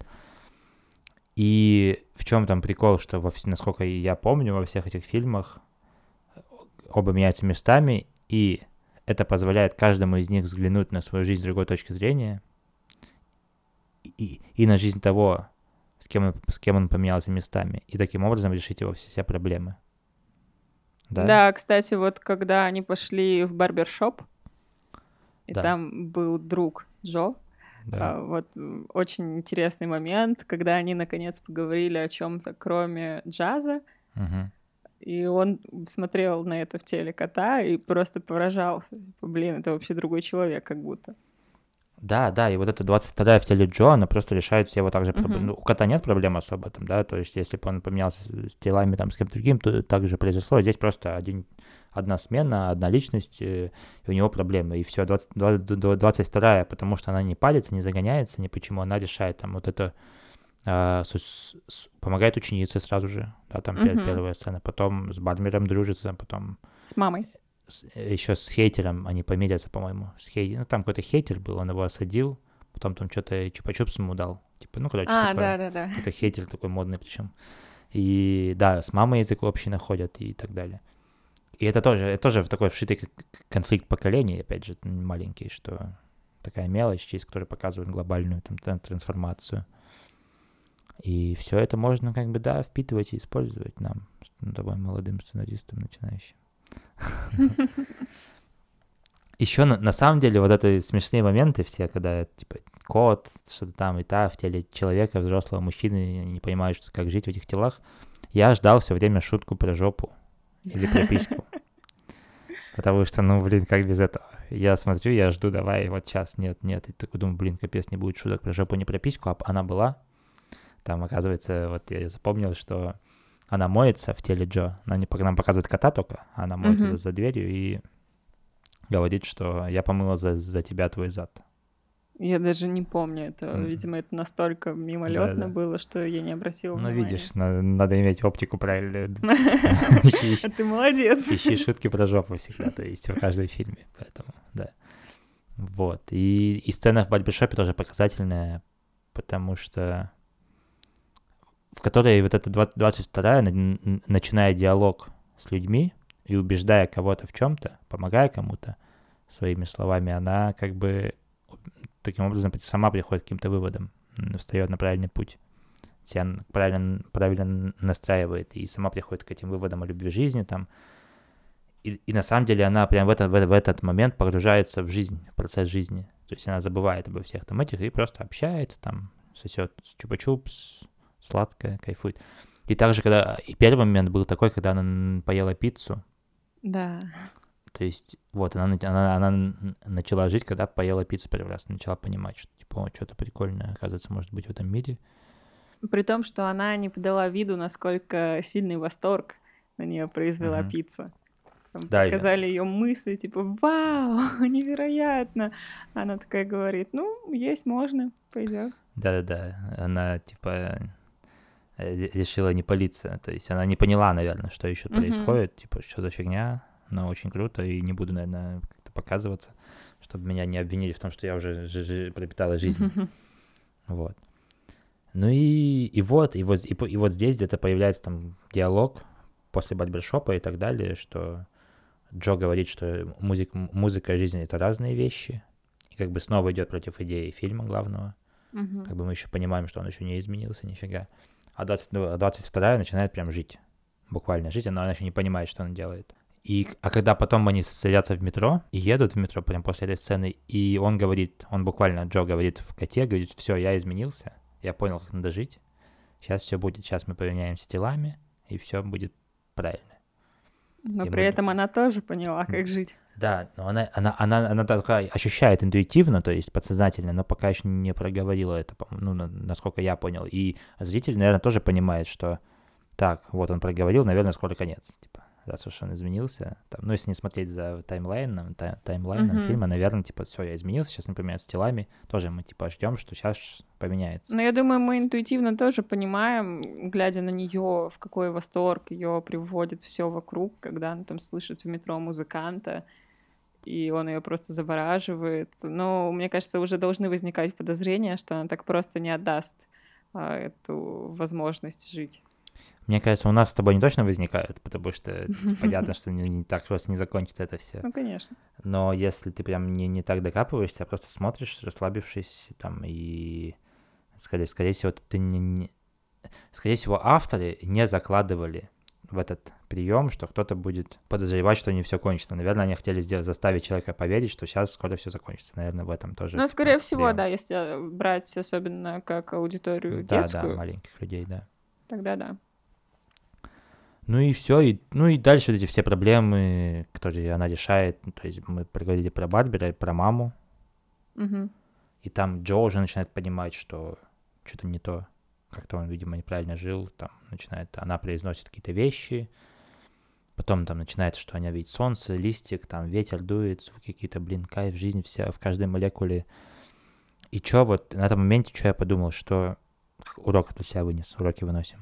И в чем там прикол, что, насколько я помню, во всех этих фильмах оба меняются местами, и это позволяет каждому из них взглянуть на свою жизнь с другой точки зрения и на жизнь того, с кем он поменялся местами, и таким образом решить его все проблемы. Да, кстати, вот когда они пошли в барбершоп, и там был друг Джо, вот очень интересный момент, когда они наконец поговорили о чем-то, кроме джаза, и он смотрел на это в теле кота и просто поражался. Блин, это вообще другой человек как будто. Да, и вот эта 22-я в теле Джо, она просто решает все вот так же проблемы. Ну, у кота нет проблем особо там, да, то есть если бы он поменялся с телами там с кем-то другим, то так же произошло. Здесь просто одна смена, одна личность, и у него проблемы, и все, 22-я, потому что она не палится, не загоняется, ни почему, она решает там вот это, помогает ученице сразу же, да, там первая сцена, потом с Бадмером дружится, потом... С мамой. Еще с хейтером они помирятся, по-моему. Ну, там какой-то хейтер был, он его осадил, потом там что-то чупа-чупс ему дал. Типа, ну, короче, такое. Да. Это хейтер такой модный причем. И да, с мамой язык общий находят и так далее. И это тоже такой вшитый конфликт поколений, опять же, маленький, что такая мелочь, через которую показывают глобальную там трансформацию. И все это можно как бы, да, впитывать и использовать нам, с тобой, молодым сценаристам, начинающим. Еще на самом деле вот это смешные моменты все, когда типа кот, что-то там и та в теле человека, взрослого мужчины, не понимают, что, как жить в этих телах. Я ждал все время шутку про жопу или про письку. Потому что, ну, блин, как без этого? Я смотрю, я жду, давай, вот сейчас, нет. И такой думаю, блин, капец, не будет шуток про жопу, не про письку, а она была. Там, оказывается, вот я запомнил, что она моется в теле Джо. Нам показывает кота только, она моется за дверью и говорит, что я помыла за тебя твой зад. Я даже не помню этого. Видимо, это настолько мимолетно было, что я не обратила внимания. Ну, видишь, надо иметь оптику правильную. А ты молодец. Ищи шутки про жопу всегда, то есть в каждом фильме, поэтому, да. Вот, и сцена в барбершопе тоже показательная, потому что в которой вот эта 22-я, начиная диалог с людьми и убеждая кого-то в чем-то, помогая кому-то своими словами, она как бы таким образом сама приходит к каким-то выводам, встает на правильный путь, себя правильно настраивает и сама приходит к этим выводам о любви жизни там. И на самом деле она прям в этот момент погружается в жизнь, в процесс жизни. То есть она забывает обо всех там этих и просто общается, там, сосет чупа-чупс, сладкое, кайфует. И также, и первый момент был такой, когда она поела пиццу. Да. То есть, вот, она начала жить, когда поела пиццу первый раз, начала понимать, что, типа, что-то прикольное, оказывается, может быть в этом мире. При том, что она не подала виду, насколько сильный восторг на нее произвела пицца. Да, показали ее мысли, типа, вау, невероятно. Она такая говорит, ну, есть можно, пойдет. Да, она, типа, решила не палиться, то есть она не поняла, наверное, что еще происходит, типа, что за фигня, но очень круто, и не буду, наверное, как-то показываться, чтобы меня не обвинили в том, что я уже пропитала жизнь. Вот. Ну и вот здесь где-то появляется там диалог после барбершопа и так далее, что Джо говорит, что музыка и жизнь — это разные вещи, и как бы снова идет против идеи фильма главного. Как бы мы еще понимаем, что он еще не изменился нифига. А 22-я начинает прям жить, буквально жить, она еще не понимает, что она делает. А когда потом они садятся в метро и едут в метро прям после этой сцены, и он буквально, Джо говорит в коте, говорит, все, я изменился, я понял, как надо жить, сейчас все будет, сейчас мы поменяемся телами, и все будет правильно. Но при этом она тоже поняла, как жить. Да, но она такая ощущает интуитивно, то есть подсознательно, но пока еще не проговорила это, ну, насколько я понял. И зритель, наверное, тоже понимает, что так, вот он проговорил, наверное, скоро конец, типа, раз уж он изменился. Там, ну, если не смотреть за таймлайном фильма, наверное, типа, все, я изменился, сейчас мы поменяемся телами, тоже мы, типа, ждем, что сейчас поменяется. Но я думаю, мы интуитивно тоже понимаем, глядя на нее, в какой восторг ее приводит все вокруг, когда она там слышит в метро музыканта, и он ее просто завораживает. Но, мне кажется, уже должны возникать подозрения, что она так просто не отдаст эту возможность жить. Мне кажется, у нас с тобой не точно возникают, потому что понятно, что не так просто не закончится это все. Ну, конечно. Но если ты прям не так докапываешься, а просто смотришь, расслабившись там, и скорее всего, скорее всего, авторы не закладывали в этот прием, что кто-то будет подозревать, что не все кончится. Наверное, они хотели заставить человека поверить, что сейчас скоро все закончится. Наверное, в этом тоже. Ну, скорее всего, да, если брать особенно как аудиторию детскую. Да, маленьких людей, да. Тогда да. Ну и все, и дальше вот эти все проблемы, которые она решает, то есть мы проговорили про Барбера и про маму, и там Джо уже начинает понимать, что что-то не то, как-то он, видимо, неправильно жил, там она произносит какие-то вещи, потом там начинается, что она видит солнце, листик, там ветер дует, звуки какие-то, кайф, жизнь вся в каждой молекуле. И что вот на этом моменте, что я подумал, что урок для себя вынес, уроки выносим.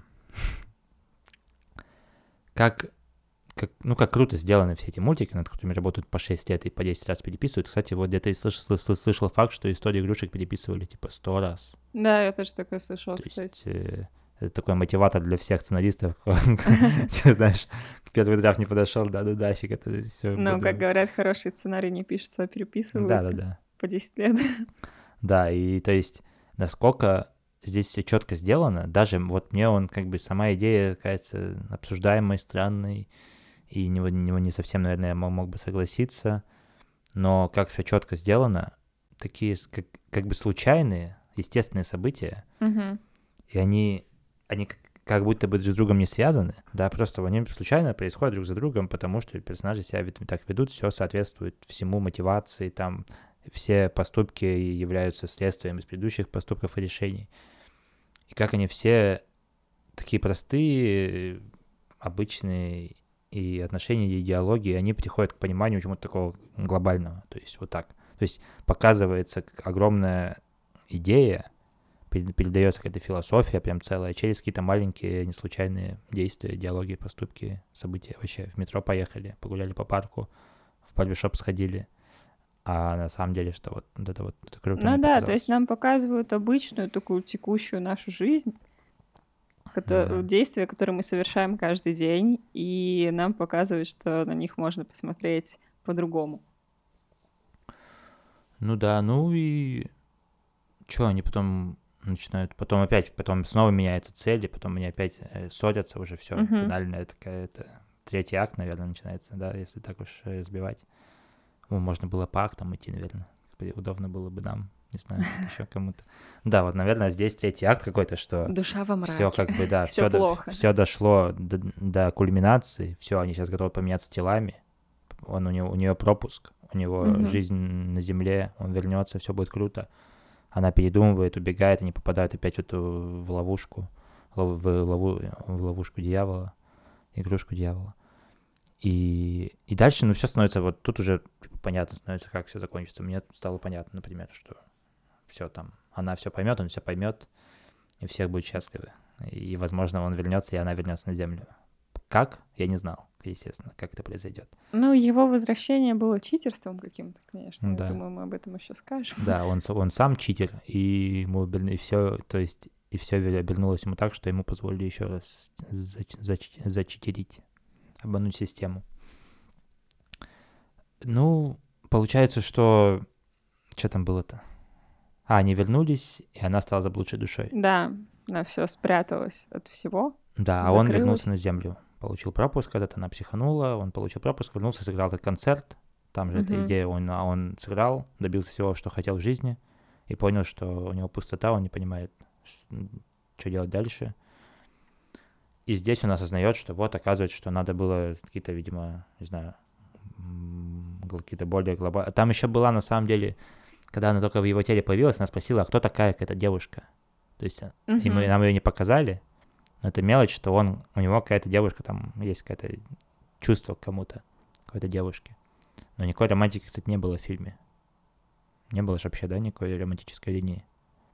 Как круто сделаны все эти мультики, над которыми работают по 6 лет и по 10 раз переписывают. Кстати, вот где-то слышал факт, что историю игрушек переписывали типа 100 раз. Да, я тоже такое слышала, кстати. Это такой мотиватор для всех сценаристов. Знаешь, первый драфт не подошел, да, фиг это все. Ну, как говорят, хороший сценарий не пишется, а переписывается. Да. По 10 лет. Да, и то есть насколько здесь все четко сделано. Даже вот мне он как бы сама идея кажется обсуждаемой, странной, и не совсем, наверное, я мог бы согласиться. Но как все четко сделано, такие как бы случайные, естественные события, Мгм. и они как будто бы друг с другом не связаны, да, просто они случайно происходят друг за другом, потому что персонажи себя так ведут, все соответствует всему, мотивации, там, все поступки являются следствием из предыдущих поступков и решений. И как они все такие простые, обычные, и отношения, и идеологии, они приходят к пониманию чего-то такого глобального, то есть вот так. То есть показывается огромная идея, передается какая-то философия прям целая, через какие-то маленькие неслучайные действия, диалоги, поступки, события. Вообще в метро поехали, погуляли по парку, в барбершоп сходили, а на самом деле, что вот это круто Ну мне да, то есть показалось. нам показывают обычную такую текущую нашу жизнь, Да. действия, которые мы совершаем каждый день, и нам показывают, что на них можно посмотреть по-другому. Ну да, ну и что они потом начинают, потом снова меняются цели, потом они опять ссорятся уже, все, Мгм. финальная такая, это третий акт, наверное, начинается, да, если так уж разбивать. Ну, можно было по актам идти, наверное, удобно было бы нам, не знаю, еще кому-то. Да, вот, наверное, здесь третий акт какой-то, что Душа во все мраке. как бы, да, Всё плохо. все дошло до кульминации, все, они сейчас готовы поменяться телами, у нее пропуск, у него Мгм. жизнь на земле, он вернется, все будет круто. Она передумывает, убегает, они попадают опять в ловушку, в ловушку дьявола, игрушку дьявола. И дальше, ну, все становится, вот тут уже понятно становится, как все закончится. Мне стало понятно, например, что все там, она все поймет, он все поймет, и всех будет счастливы. И, возможно, он вернется, и она вернется на землю. Как? Я не знал, естественно, как это произойдет. Ну, его возвращение было читерством каким-то, конечно. Я Да. думаю, мы об этом еще скажем. Да, он сам читер, и ему и все, то есть и все обернулось ему так, что ему позволили еще раз зачитерить, обмануть систему. Ну, получается, что там было-то? Они вернулись, и она стала заблудшей душой. Да, она все спряталась от всего. Да, а он Закрылась. вернулся на землю. Получил пропуск, когда-то она психанула, он получил пропуск, вернулся, сыграл этот концерт. Там же эта Мгм. идея, он сыграл, добился всего, что хотел в жизни, и понял, что у него пустота, он не понимает, что делать дальше. И здесь он осознает, что вот, оказывается, что надо было какие-то, видимо, не знаю, какие-то более глобальные... Там еще была, на самом деле, когда она только в его теле появилась, она спросила, а кто такая какая-то девушка? То есть и Мгм. нам ее не показали, но это мелочь, что у него какая-то девушка, там есть какое-то чувство к кому-то, какой-то девушке. Но никакой романтики, кстати, не было в фильме. Не было же вообще, да, никакой романтической линии.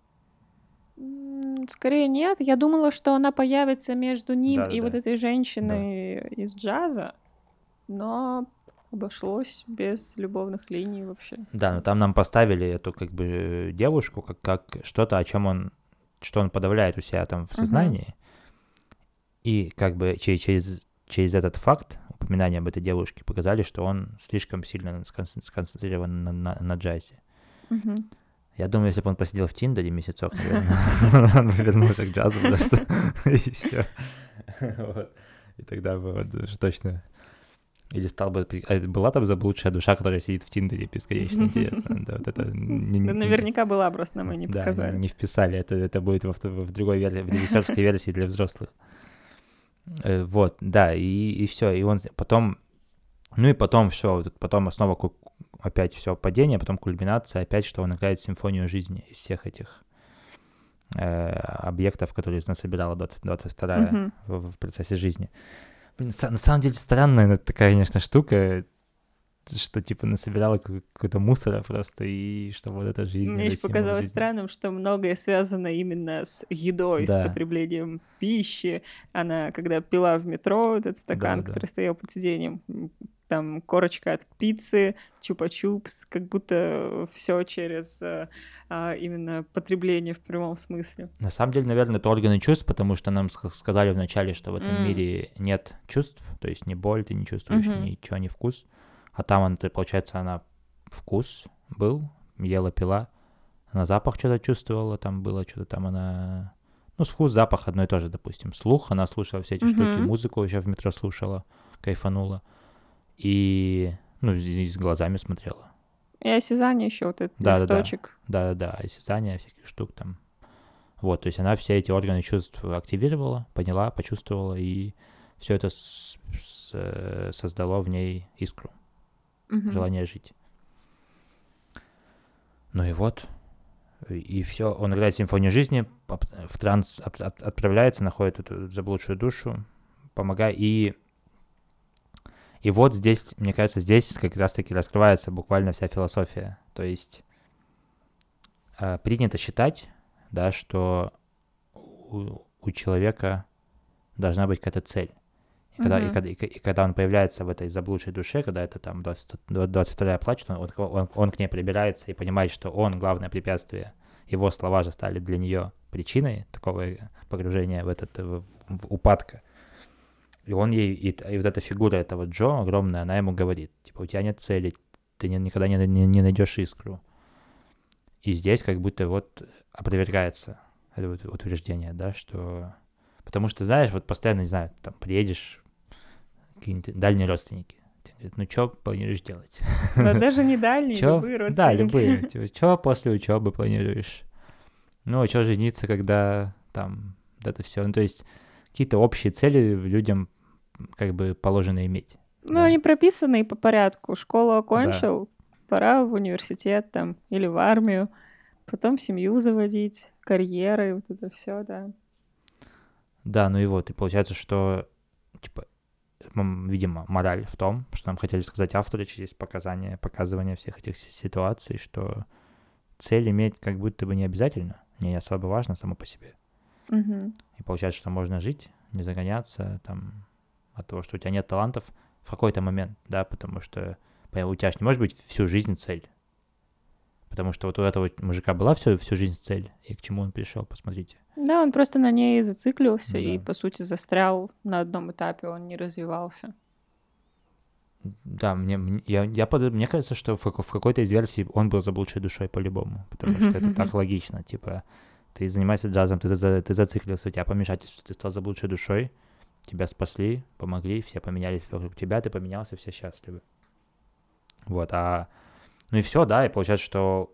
Скорее нет. Я думала, что она появится между ним и вот Да-да-да. этой женщиной из джаза, но обошлось без любовных линий вообще. Да, но там нам поставили эту как бы девушку как что-то, о чем что он подавляет у себя там в сознании. И как бы через этот факт упоминания об этой девушке показали, что он слишком сильно сконцентрирован на джазе. Мгм. Я думаю, если бы он посидел в Тиндере месяцев, наверное, он бы вернулся к джазу просто, и все. И тогда бы вот точно... Или стал бы... Была там заблудшая душа, которая сидит в Тиндере, бесконечно интересно. Да, вот это... Да, наверняка была, просто нам ее не Да, показали. не вписали. Это будет в другой версии, в режиссерской версии для взрослых. Вот, да, и все. И он потом... Ну и потом все, потом основа опять все падение, потом кульминация, опять, что он играет симфонию жизни из всех этих объектов, которые насобирала 22-я в процессе жизни. Блин, на самом деле странная такая, конечно, штука, что типа насобирала какой-то мусора просто, и что вот эта жизнь... Мне еще показалось странным, что многое связано именно с едой, Да. с потреблением пищи. Она, когда пила в метро этот стакан, который стоял под сиденьем, там корочка от пиццы, чупа-чупс, как будто все через именно потребление в прямом смысле. На самом деле, наверное, это органы чувств, потому что нам сказали вначале, что в этом мире нет чувств, то есть ни боль ты не чувствуешь, ничего, ни вкус. А там, получается, она вкус был, ела, пила, Она запах что-то чувствовала, там было что-то там она... Ну, вкус, запах одно и то же, допустим. Слух, она слушала все эти штуки, Мгм. музыку еще в метро слушала, кайфанула. И, ну, с глазами смотрела. И осязание еще, вот этот Да-да-да, листочек. да-да-да, осязание всяких штук там. Вот, то есть она все эти органы чувств активировала, поняла, почувствовала, и все это создало в ней искру, Мгм. желание жить. Ну и вот, и все. Он играет симфонию жизни, в транс отправляется, находит эту заблудшую душу, помогает. И вот здесь, мне кажется, здесь как раз-таки раскрывается буквально вся философия. То есть принято считать, да, что у человека должна быть какая-то цель. Мгм. И когда он появляется в этой заблудшей душе, когда это там 22-я плачет, он к ней прибирается и понимает, что он главное препятствие. Его слова же стали для нее причиной такого погружения в упадка. И он ей, и вот эта фигура этого Джо огромная, она ему говорит, типа, у тебя нет цели, ты никогда не найдешь искру. И здесь как будто вот опровергается это вот утверждение, да, что... Потому что, знаешь, вот постоянно, не знаю, там, приедешь, какие-нибудь дальние родственники. Тебе говорят, ну, что планируешь делать? Да даже не дальние, Чё? любые Да, родственники. любые. Типа, что после учебы планируешь? Ну, а что жениться, когда там вот это все? Ну, то есть какие-то общие цели людям как бы положено иметь, Ну, да, они прописаны и по порядку. Школу да, окончил, пора в университет там или в армию, потом семью заводить, карьеры, вот это все, да. да, ну и вот, и получается, что, типа, видимо, мораль в том, что нам хотели сказать авторы через показывание всех этих ситуаций, что цель иметь как будто бы не обязательно, не особо важно само по себе. Мгм. И получается, что можно жить, не загоняться там от того, что у тебя нет талантов в какой-то момент, да, потому что у тебя же не может быть всю жизнь цель. Потому что вот у этого мужика была всю жизнь цель, и к чему он пришел, посмотрите. Да, он просто на ней зациклился Ну и, да. по сути, застрял на одном этапе, он не развивался. Да, мне кажется, что в какой-то из версий он был заблудшей душой по-любому, потому что это так логично, типа, ты занимаешься джазом, ты зациклился, у тебя помешательство, ты стал заблудшей душой, тебя спасли, помогли, все поменялись вокруг тебя, ты поменялся, все счастливы. Вот, ну и все, да, и получается, что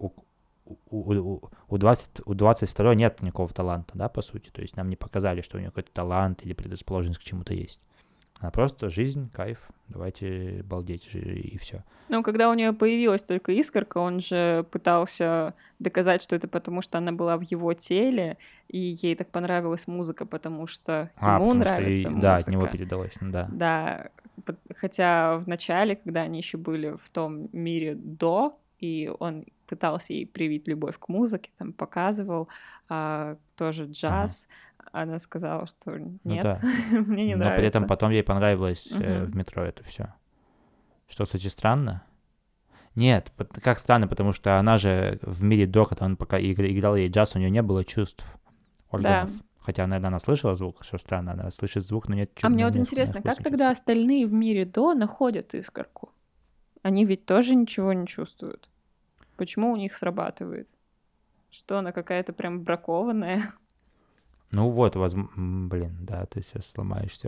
у 22 нет никакого таланта, да, по сути, то есть нам не показали, что у него какой-то талант или предрасположенность к чему-то есть. А просто жизнь, кайф, давайте балдеть и все. Ну, когда у нее появилась только искорка, он же пытался доказать, что это потому, что она была в его теле, и ей так понравилась музыка, потому что ему Потому что, нравится да, от него музыка. передалось, ну да. Да, хотя в начале, когда они еще были в том мире до, и он пытался ей привить любовь к музыке, там показывал тоже Ага. джаз, она сказала, что Ну нет, да. мне не Но при этом нравится. потом ей понравилось Мгм. в метро это все. Что, кстати, странно. Нет, как странно, потому что она же в мире до, когда он пока играл ей джаз, у нее не было чувств, Да. органов. Хотя, наверное, она слышала звук, что странно, она слышит звук, но нет, А мне вот на интересно, вкус как не тогда чувствует. остальные в мире до находят искорку? Они ведь тоже ничего не чувствуют. Почему у них срабатывает? Что она какая-то прям бракованная? Ну вот, блин, да, ты сейчас сломаешь все.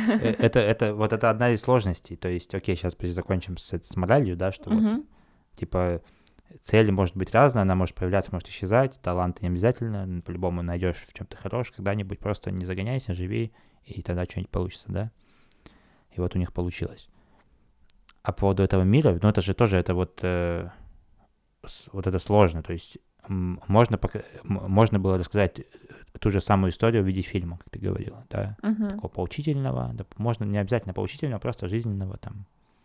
Это одна из сложностей. То есть, окей, сейчас закончим с моралью, да, что вот, Мгм. типа, цель может быть разная, она может появляться, может исчезать, таланты не обязательно, по-любому найдешь в чем-то хорош когда-нибудь, просто не загоняйся, живи, и тогда что-нибудь получится, да? И вот у них получилось. А по поводу этого мира, ну это же тоже, это вот, вот это сложно, то есть можно было рассказать ту же самую историю в виде фильма, как ты говорила, да, Мгм. такого поучительного, да, можно не обязательно поучительного, просто жизненного там.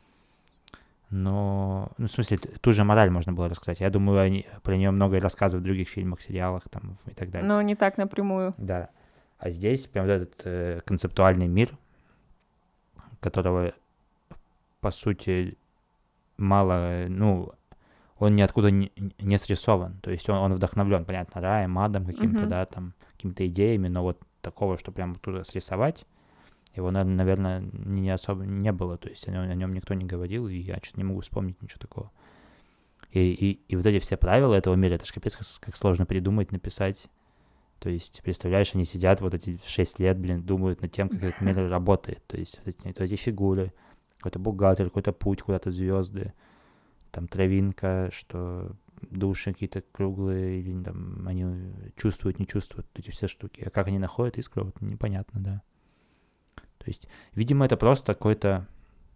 Но, ну, в смысле, ту же мораль можно было рассказать. Я думаю, про нее много рассказывают в других фильмах, сериалах там и так далее. Но не так напрямую. Да. А здесь прям вот этот концептуальный мир, которого, по сути, мало, ну, он ниоткуда не срисован. То есть он вдохновлен, понятно, раем, адом каким-то, Мгм. да, там, какими-то идеями, но вот такого, что прям туда срисовать, его, наверное, не особо не было. То есть о нем никто не говорил, и я что-то не могу вспомнить ничего такого. И вот эти все правила этого мира, это ж капец, как сложно придумать, написать. То есть, представляешь, они сидят вот эти 6 лет, думают над тем, как этот мир работает. То есть, вот эти фигуры, какой-то бухгалтер, какой-то путь куда-то, звезды, там травинка, что души какие-то круглые, или там они чувствуют, не чувствуют эти все штуки. А как они находят искру, вот непонятно, да. То есть, видимо, это просто какое-то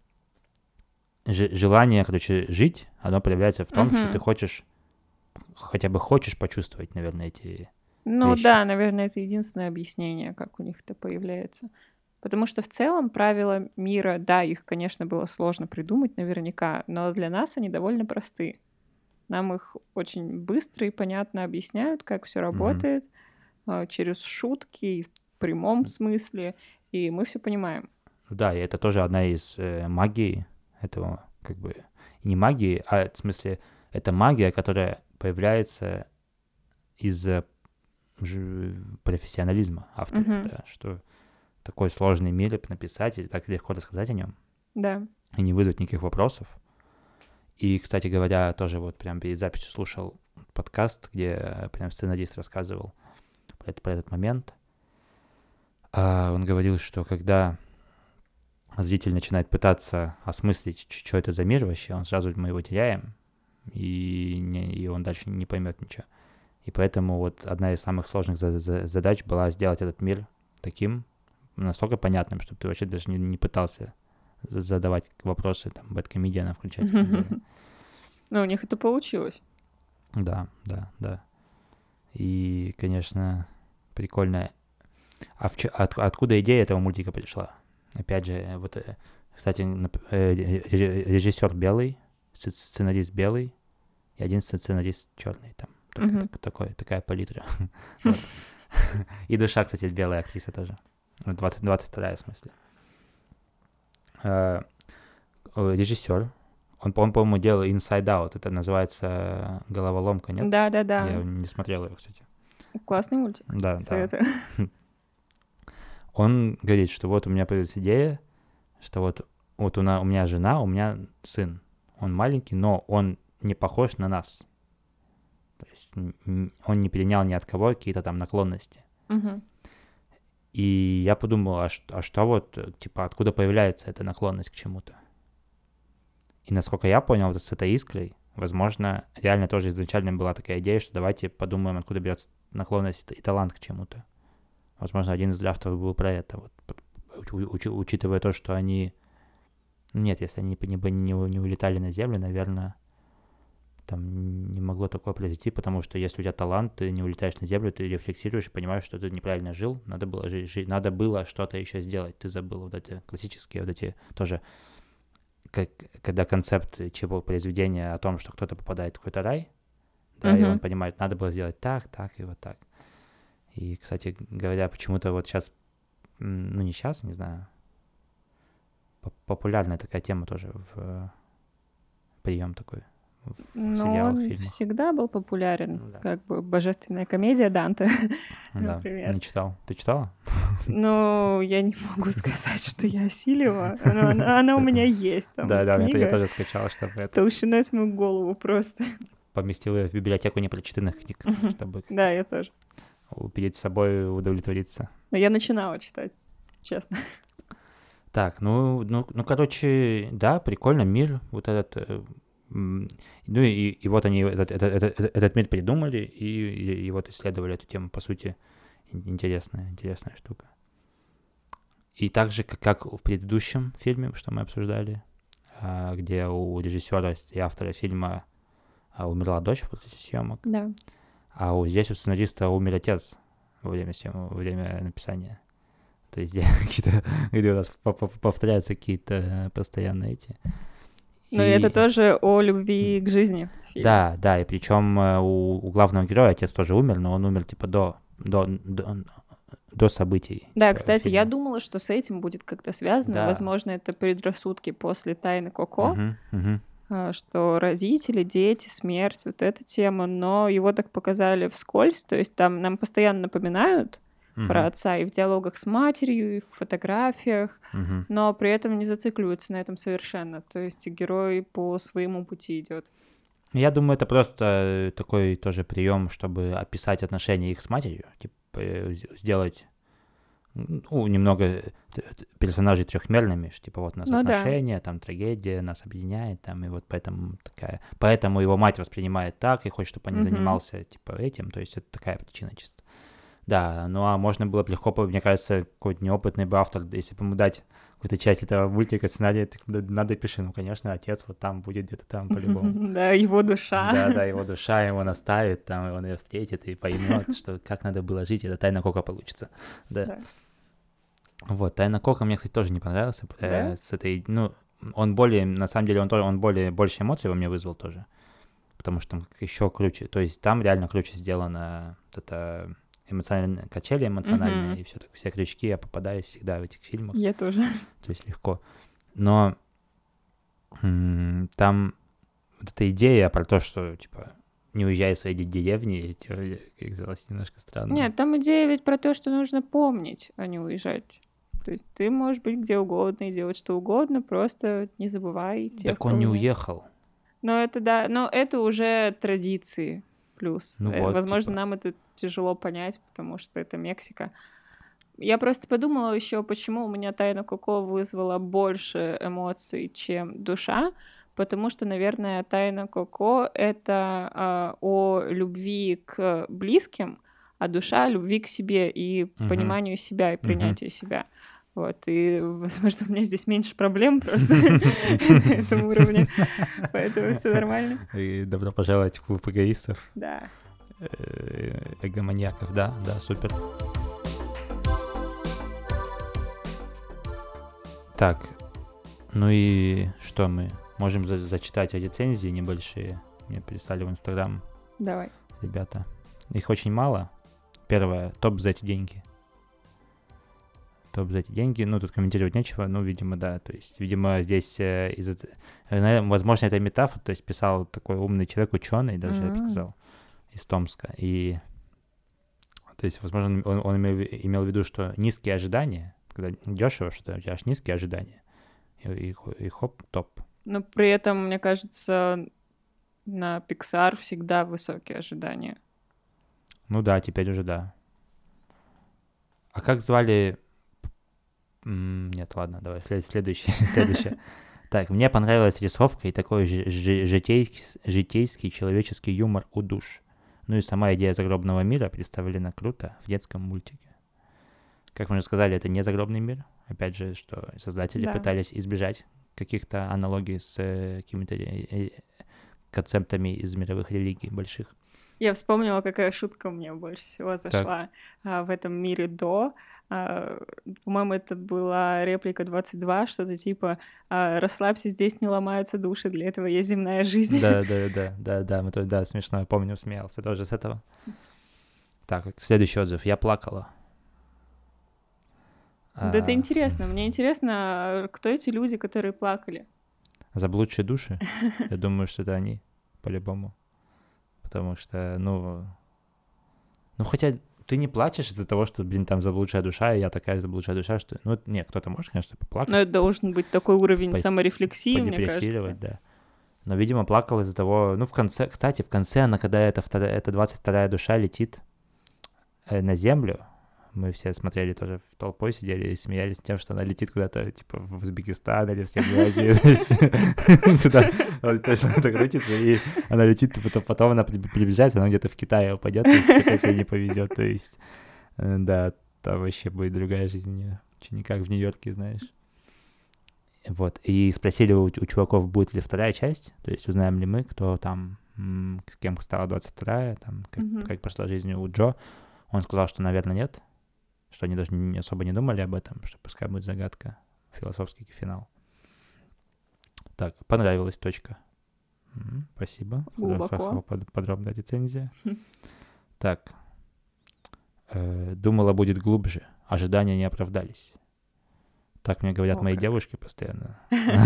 желание, жить, оно проявляется в том, что ты хотя бы хочешь почувствовать, наверное, эти вещи. Да, наверное, это единственное объяснение, как у них это появляется. Потому что в целом правила мира, да, их, конечно, было сложно придумать наверняка, но для нас они довольно просты. Нам их очень быстро и понятно объясняют, как все работает, через шутки, и в прямом смысле, и мы все понимаем. Да, и это тоже одна из магий этого, как бы, не магии, а в смысле, это магия, которая появляется из-за профессионализма авторов, да, что такой сложный мир написать и так легко рассказать о нем. Да. И не вызвать никаких вопросов. И, кстати говоря, тоже вот прям перед записью слушал подкаст, где прям сценарист рассказывал про этот момент. Он говорил, что когда зритель начинает пытаться осмыслить, что это за мир вообще, мы его теряем, и он дальше не поймет ничего. И поэтому вот одна из самых сложных задач была сделать этот мир таким, настолько понятным, чтобы ты вообще даже не пытался задавать вопросы, там, бэдкомедиана включать. Но у них это получилось. Да. И, конечно, прикольно. А откуда идея этого мультика пришла? Опять же, вот, кстати, режиссер белый, сценарист белый, и один сценарист черный там. Такая палитра. И душа, кстати, белая актриса тоже. 22-я, в смысле. Режиссер. Он, по-моему, делал Inside Out. Это называется «Головоломка», нет? Да. Я не смотрел его, кстати. Классный мультик. Да. Советую. Он говорит, что вот у меня появилась идея, что вот у меня жена, у меня сын. Он маленький, но он не похож на нас. То есть он не перенял ни от кого какие-то там наклонности. И я подумал, а что вот, типа, откуда появляется эта наклонность к чему-то? И насколько я понял, вот с этой искрой, возможно, реально тоже изначально была такая идея, что давайте подумаем, откуда берется наклонность и талант к чему-то. Возможно, один из драфтов был про это, вот, учитывая то, что они... Нет, если они не улетали на Землю, наверное, там не могло такое произойти, потому что если у тебя талант, ты не улетаешь на Землю, ты рефлексируешь и понимаешь, что ты неправильно жил, надо было что-то еще сделать, ты забыл вот эти классические, вот эти тоже, когда концепт чего произведения о том, что кто-то попадает в какой-то рай, да, и он понимает, надо было сделать так и вот так. И, кстати говоря, почему-то вот сейчас, не сейчас, не знаю, популярная такая тема тоже в прием такой. В сериалах, он фильмах. Всегда был популярен, как бы «Божественная комедия» Данте, например. Не читал. Ты читала? Я не могу сказать, что я осилила. Она у меня есть. Да, я тоже скачал, чтобы это... Толщиной с мою голову просто. Поместил ее в библиотеку непрочитанных книг, чтобы... Да, я тоже. Перед собой удовлетвориться. Но я начинала читать, честно. Так, короче, да, прикольно, мир вот этот... и вот они этот мир придумали и вот исследовали эту тему, по сути, интересная штука. И так же, как в предыдущем фильме, что мы обсуждали, где у режиссера и автора фильма умерла дочь в процессе съемок, да. А здесь у сценариста умер отец во время написания. То есть где у нас повторяются какие-то постоянно эти... Но это тоже о любви к жизни. Да, и причем у главного героя отец тоже умер, но он умер типа до событий. Да, кстати, я думала, что с этим будет как-то связано. Да. Возможно, это предрассудки после «Тайны Коко», что родители, дети, смерть, вот эта тема, но его так показали вскользь, то есть там нам постоянно напоминают про отца и в диалогах с матерью, и в фотографиях, но при этом не зацикливаются на этом совершенно. То есть герой по своему пути идет. Я думаю, это просто такой тоже прием, чтобы описать отношения их с матерью, типа сделать немного персонажей трехмерными, что типа вот у нас Ну да. отношения, там трагедия нас объединяет, там и вот поэтому его мать воспринимает так и хочет, чтобы он не Мгм. занимался типа этим, то есть это такая причина чисто. Да, ну а можно было бы легко, мне кажется, какой-то неопытный бы автор, если бы ему дать какую-то часть этого мультика, сценария, так надо пиши, ну, конечно, отец вот там будет где-то там по-любому. Да, его душа. Да, его душа его наставит, там, и он ее встретит и поймет, что как надо было жить, это тайна Коко получится. Да. Да. Вот, тайна Коко мне, кстати, тоже не понравился. Да? С этой, ну, на самом деле, больше эмоций во мне вызвал тоже. Потому что там еще круче, то есть там реально круче сделано вот это качели эмоциональные, Мгм. и все крючки я попадаю всегда в этих фильмах, Я тоже. то есть легко. Но там вот эта идея про то, что, типа, не уезжай из своей деревни, теория казалась немножко странной. Нет, там идея ведь про то, что нужно помнить, а не уезжать. То есть ты можешь быть где угодно и делать что угодно, просто не забывай тех, Так он не кого нет. уехал. Но это да, но это уже традиции плюс. Ну вот, Возможно, типа. нам это тяжело понять, потому что это Мексика. Я просто подумала еще, почему у меня «Тайна Коко» вызвала больше эмоций, чем «Душа», потому что, наверное, «Тайна Коко» — это о любви к близким, а «Душа» — о любви к себе и пониманию себя, и принятию себя. Вот, и, возможно, у меня здесь меньше проблем просто на этом уровне, поэтому все нормально. И добро пожаловать в клуб эгоистов. Да. Эгоманьяков, да, супер. Так, ну и что мы? Можем зачитать рецензии небольшие. Мне прислали в Инстаграм Давай. ребята. Их очень мало. Первое, топ за эти деньги. Топ за эти деньги. Ну, тут комментировать нечего. Ну, видимо, да. То есть, видимо, здесь возможно, это метафора. То есть, писал такой умный человек, ученый, даже я бы сказал, из Томска. И, то есть, возможно, он имел в виду, что низкие ожидания, когда дешево что-то, у тебя аж низкие ожидания. И хоп, топ. Но при этом, мне кажется, на Pixar всегда высокие ожидания. Ну да, теперь уже да. А как звали... Нет, ладно, давай, следующее. Так, мне понравилась рисовка и такой житейский человеческий юмор у душ. Ну и сама идея загробного мира представлена круто в детском мультике. Как мы уже сказали, это не загробный мир. Опять же, что создатели пытались избежать каких-то аналогий с какими-то концептами из мировых религий больших. Я вспомнила, какая шутка мне больше всего зашла в этом мире до. По-моему, это была реплика 22, что-то типа «Расслабься, здесь не ломаются души, для этого есть земная жизнь». Да, мы тоже, да, смешно, я помню, смеялся тоже с этого. Так, следующий отзыв. Я плакала. Да это интересно. Мне интересно, кто эти люди, которые плакали? Заблудшие души? Я думаю, что это они, по-любому. Потому что, ну, хотя ты не плачешь из-за того, что, там заблудшая душа, и я такая заблудшая душа, что... Ну, нет, кто-то может, конечно, поплакать. Но это должен быть такой уровень саморефлексии, мне кажется. Да. Но, видимо, плакала из-за того... Ну, в конце она, когда эта 22-я душа летит на землю, мы все смотрели тоже в толпой, сидели и смеялись тем, что она летит куда-то, типа, в Узбекистан или в Среднюю Азию. Туда точно это крутится, и она летит, потом она приближается, она где-то в Китае упадет, если не повезет. То есть, да, там вообще будет другая жизнь, не как в Нью-Йорке, знаешь. Вот, и спросили у чуваков, будет ли вторая часть, то есть узнаем ли мы, кто там, с кем стала 22-я, там, как прошла жизнь у Джо. Он сказал, что, наверное, нет, что они даже особо не думали об этом, что пускай будет загадка, философский финал. Так, понравилась точка. Спасибо. Глубоко. Подробная рецензия. Так. Думала, будет глубже. Ожидания не оправдались. Так мне говорят мои девушки постоянно.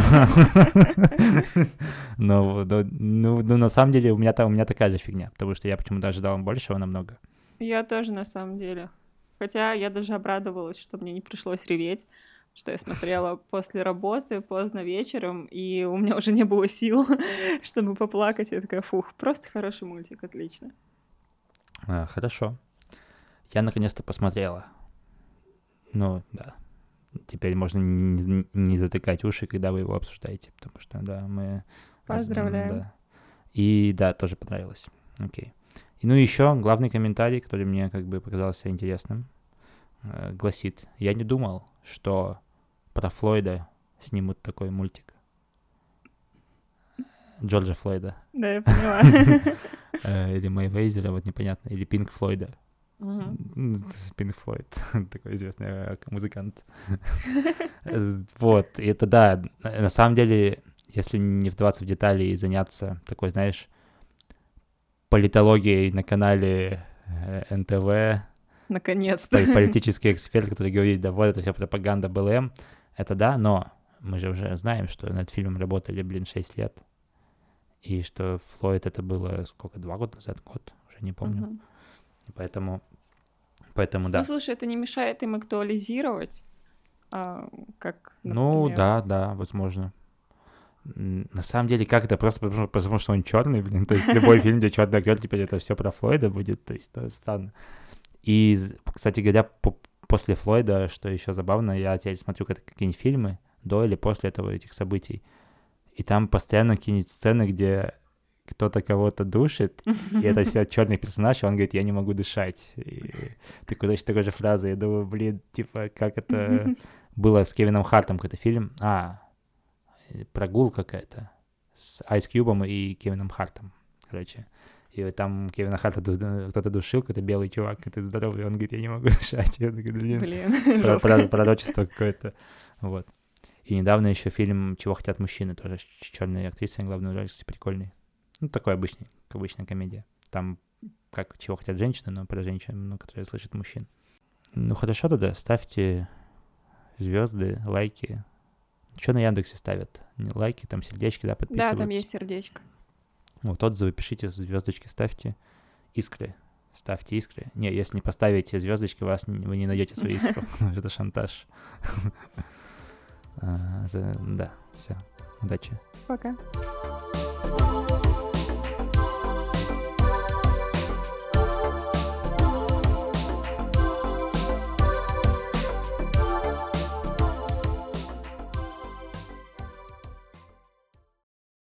Но на самом деле у меня такая же фигня, потому что я почему-то ожидал большего намного. Я тоже, на самом деле. Хотя я даже обрадовалась, что мне не пришлось реветь, что я смотрела после работы поздно вечером, и у меня уже не было сил, чтобы поплакать. Я такая, фух, просто хороший мультик, отлично. Хорошо. Я наконец-то посмотрела. Ну, да. Теперь можно не затыкать уши, когда вы его обсуждаете, потому что, да, мы... Поздравляем. Да. И, да, тоже понравилось. Окей. И, ну, еще главный комментарий, который мне как бы показался интересным, гласит: я не думал, что про Флойда снимут такой мультик. Джорджа Флойда. Да, я поняла. Или Мэйвейзера, вот непонятно, или Пинк Флойда. Пинк Флойд, такой известный музыкант. Вот, и это да, на самом деле, если не вдаваться в детали и заняться такой, знаешь, политологией на канале НТВ, наконец-то, политический эксперт, который говорит, да вот, это вся пропаганда БЛМ, это да, но мы же уже знаем, что над фильмом работали, 6 лет, и что Флойд это было, сколько, 2 года назад, год, уже не помню. Поэтому да. Ну, слушай, это не мешает им актуализировать, как, например... Ну, да, возможно. На самом деле, как это? Просто потому что он черный, блин. То есть любой фильм, где черный актер, теперь это все про Флойда будет. То есть это странно. И, кстати говоря, после Флойда, что еще забавно, я теперь смотрю какие-нибудь фильмы до или после этих событий. И там постоянно какие-нибудь сцены, где кто-то кого-то душит, и это все черный персонаж, и он говорит, я не могу дышать. И такой же фразы. Я думаю, блин, типа, как это было с Кевином Хартом, какой-то фильм. Прогулка какая-то с Ice Cube'ом и Кевином Хартом, короче. И там Кевина Харта кто-то душил, какой-то белый чувак, это здоровый, он говорит, я не могу дышать. Я такой, блин, пророчество какое-то. Вот. И недавно еще фильм «Чего хотят мужчины», тоже с черной актрисой, главную роль, кстати, прикольный. Ну, такой обычная комедия. Там как «Чего хотят женщины», но про женщин, которые слышат мужчин. Ну, хорошо тогда, ставьте звезды, лайки. Что на Яндексе ставят? Лайки, там сердечки, да, подписываются? Да, там есть сердечко. Вот отзывы пишите, звездочки ставьте. Искры. Ставьте искры. Не, если не поставите звездочки, вы не найдете свою искру. Это шантаж. Да, все. Удачи. Пока.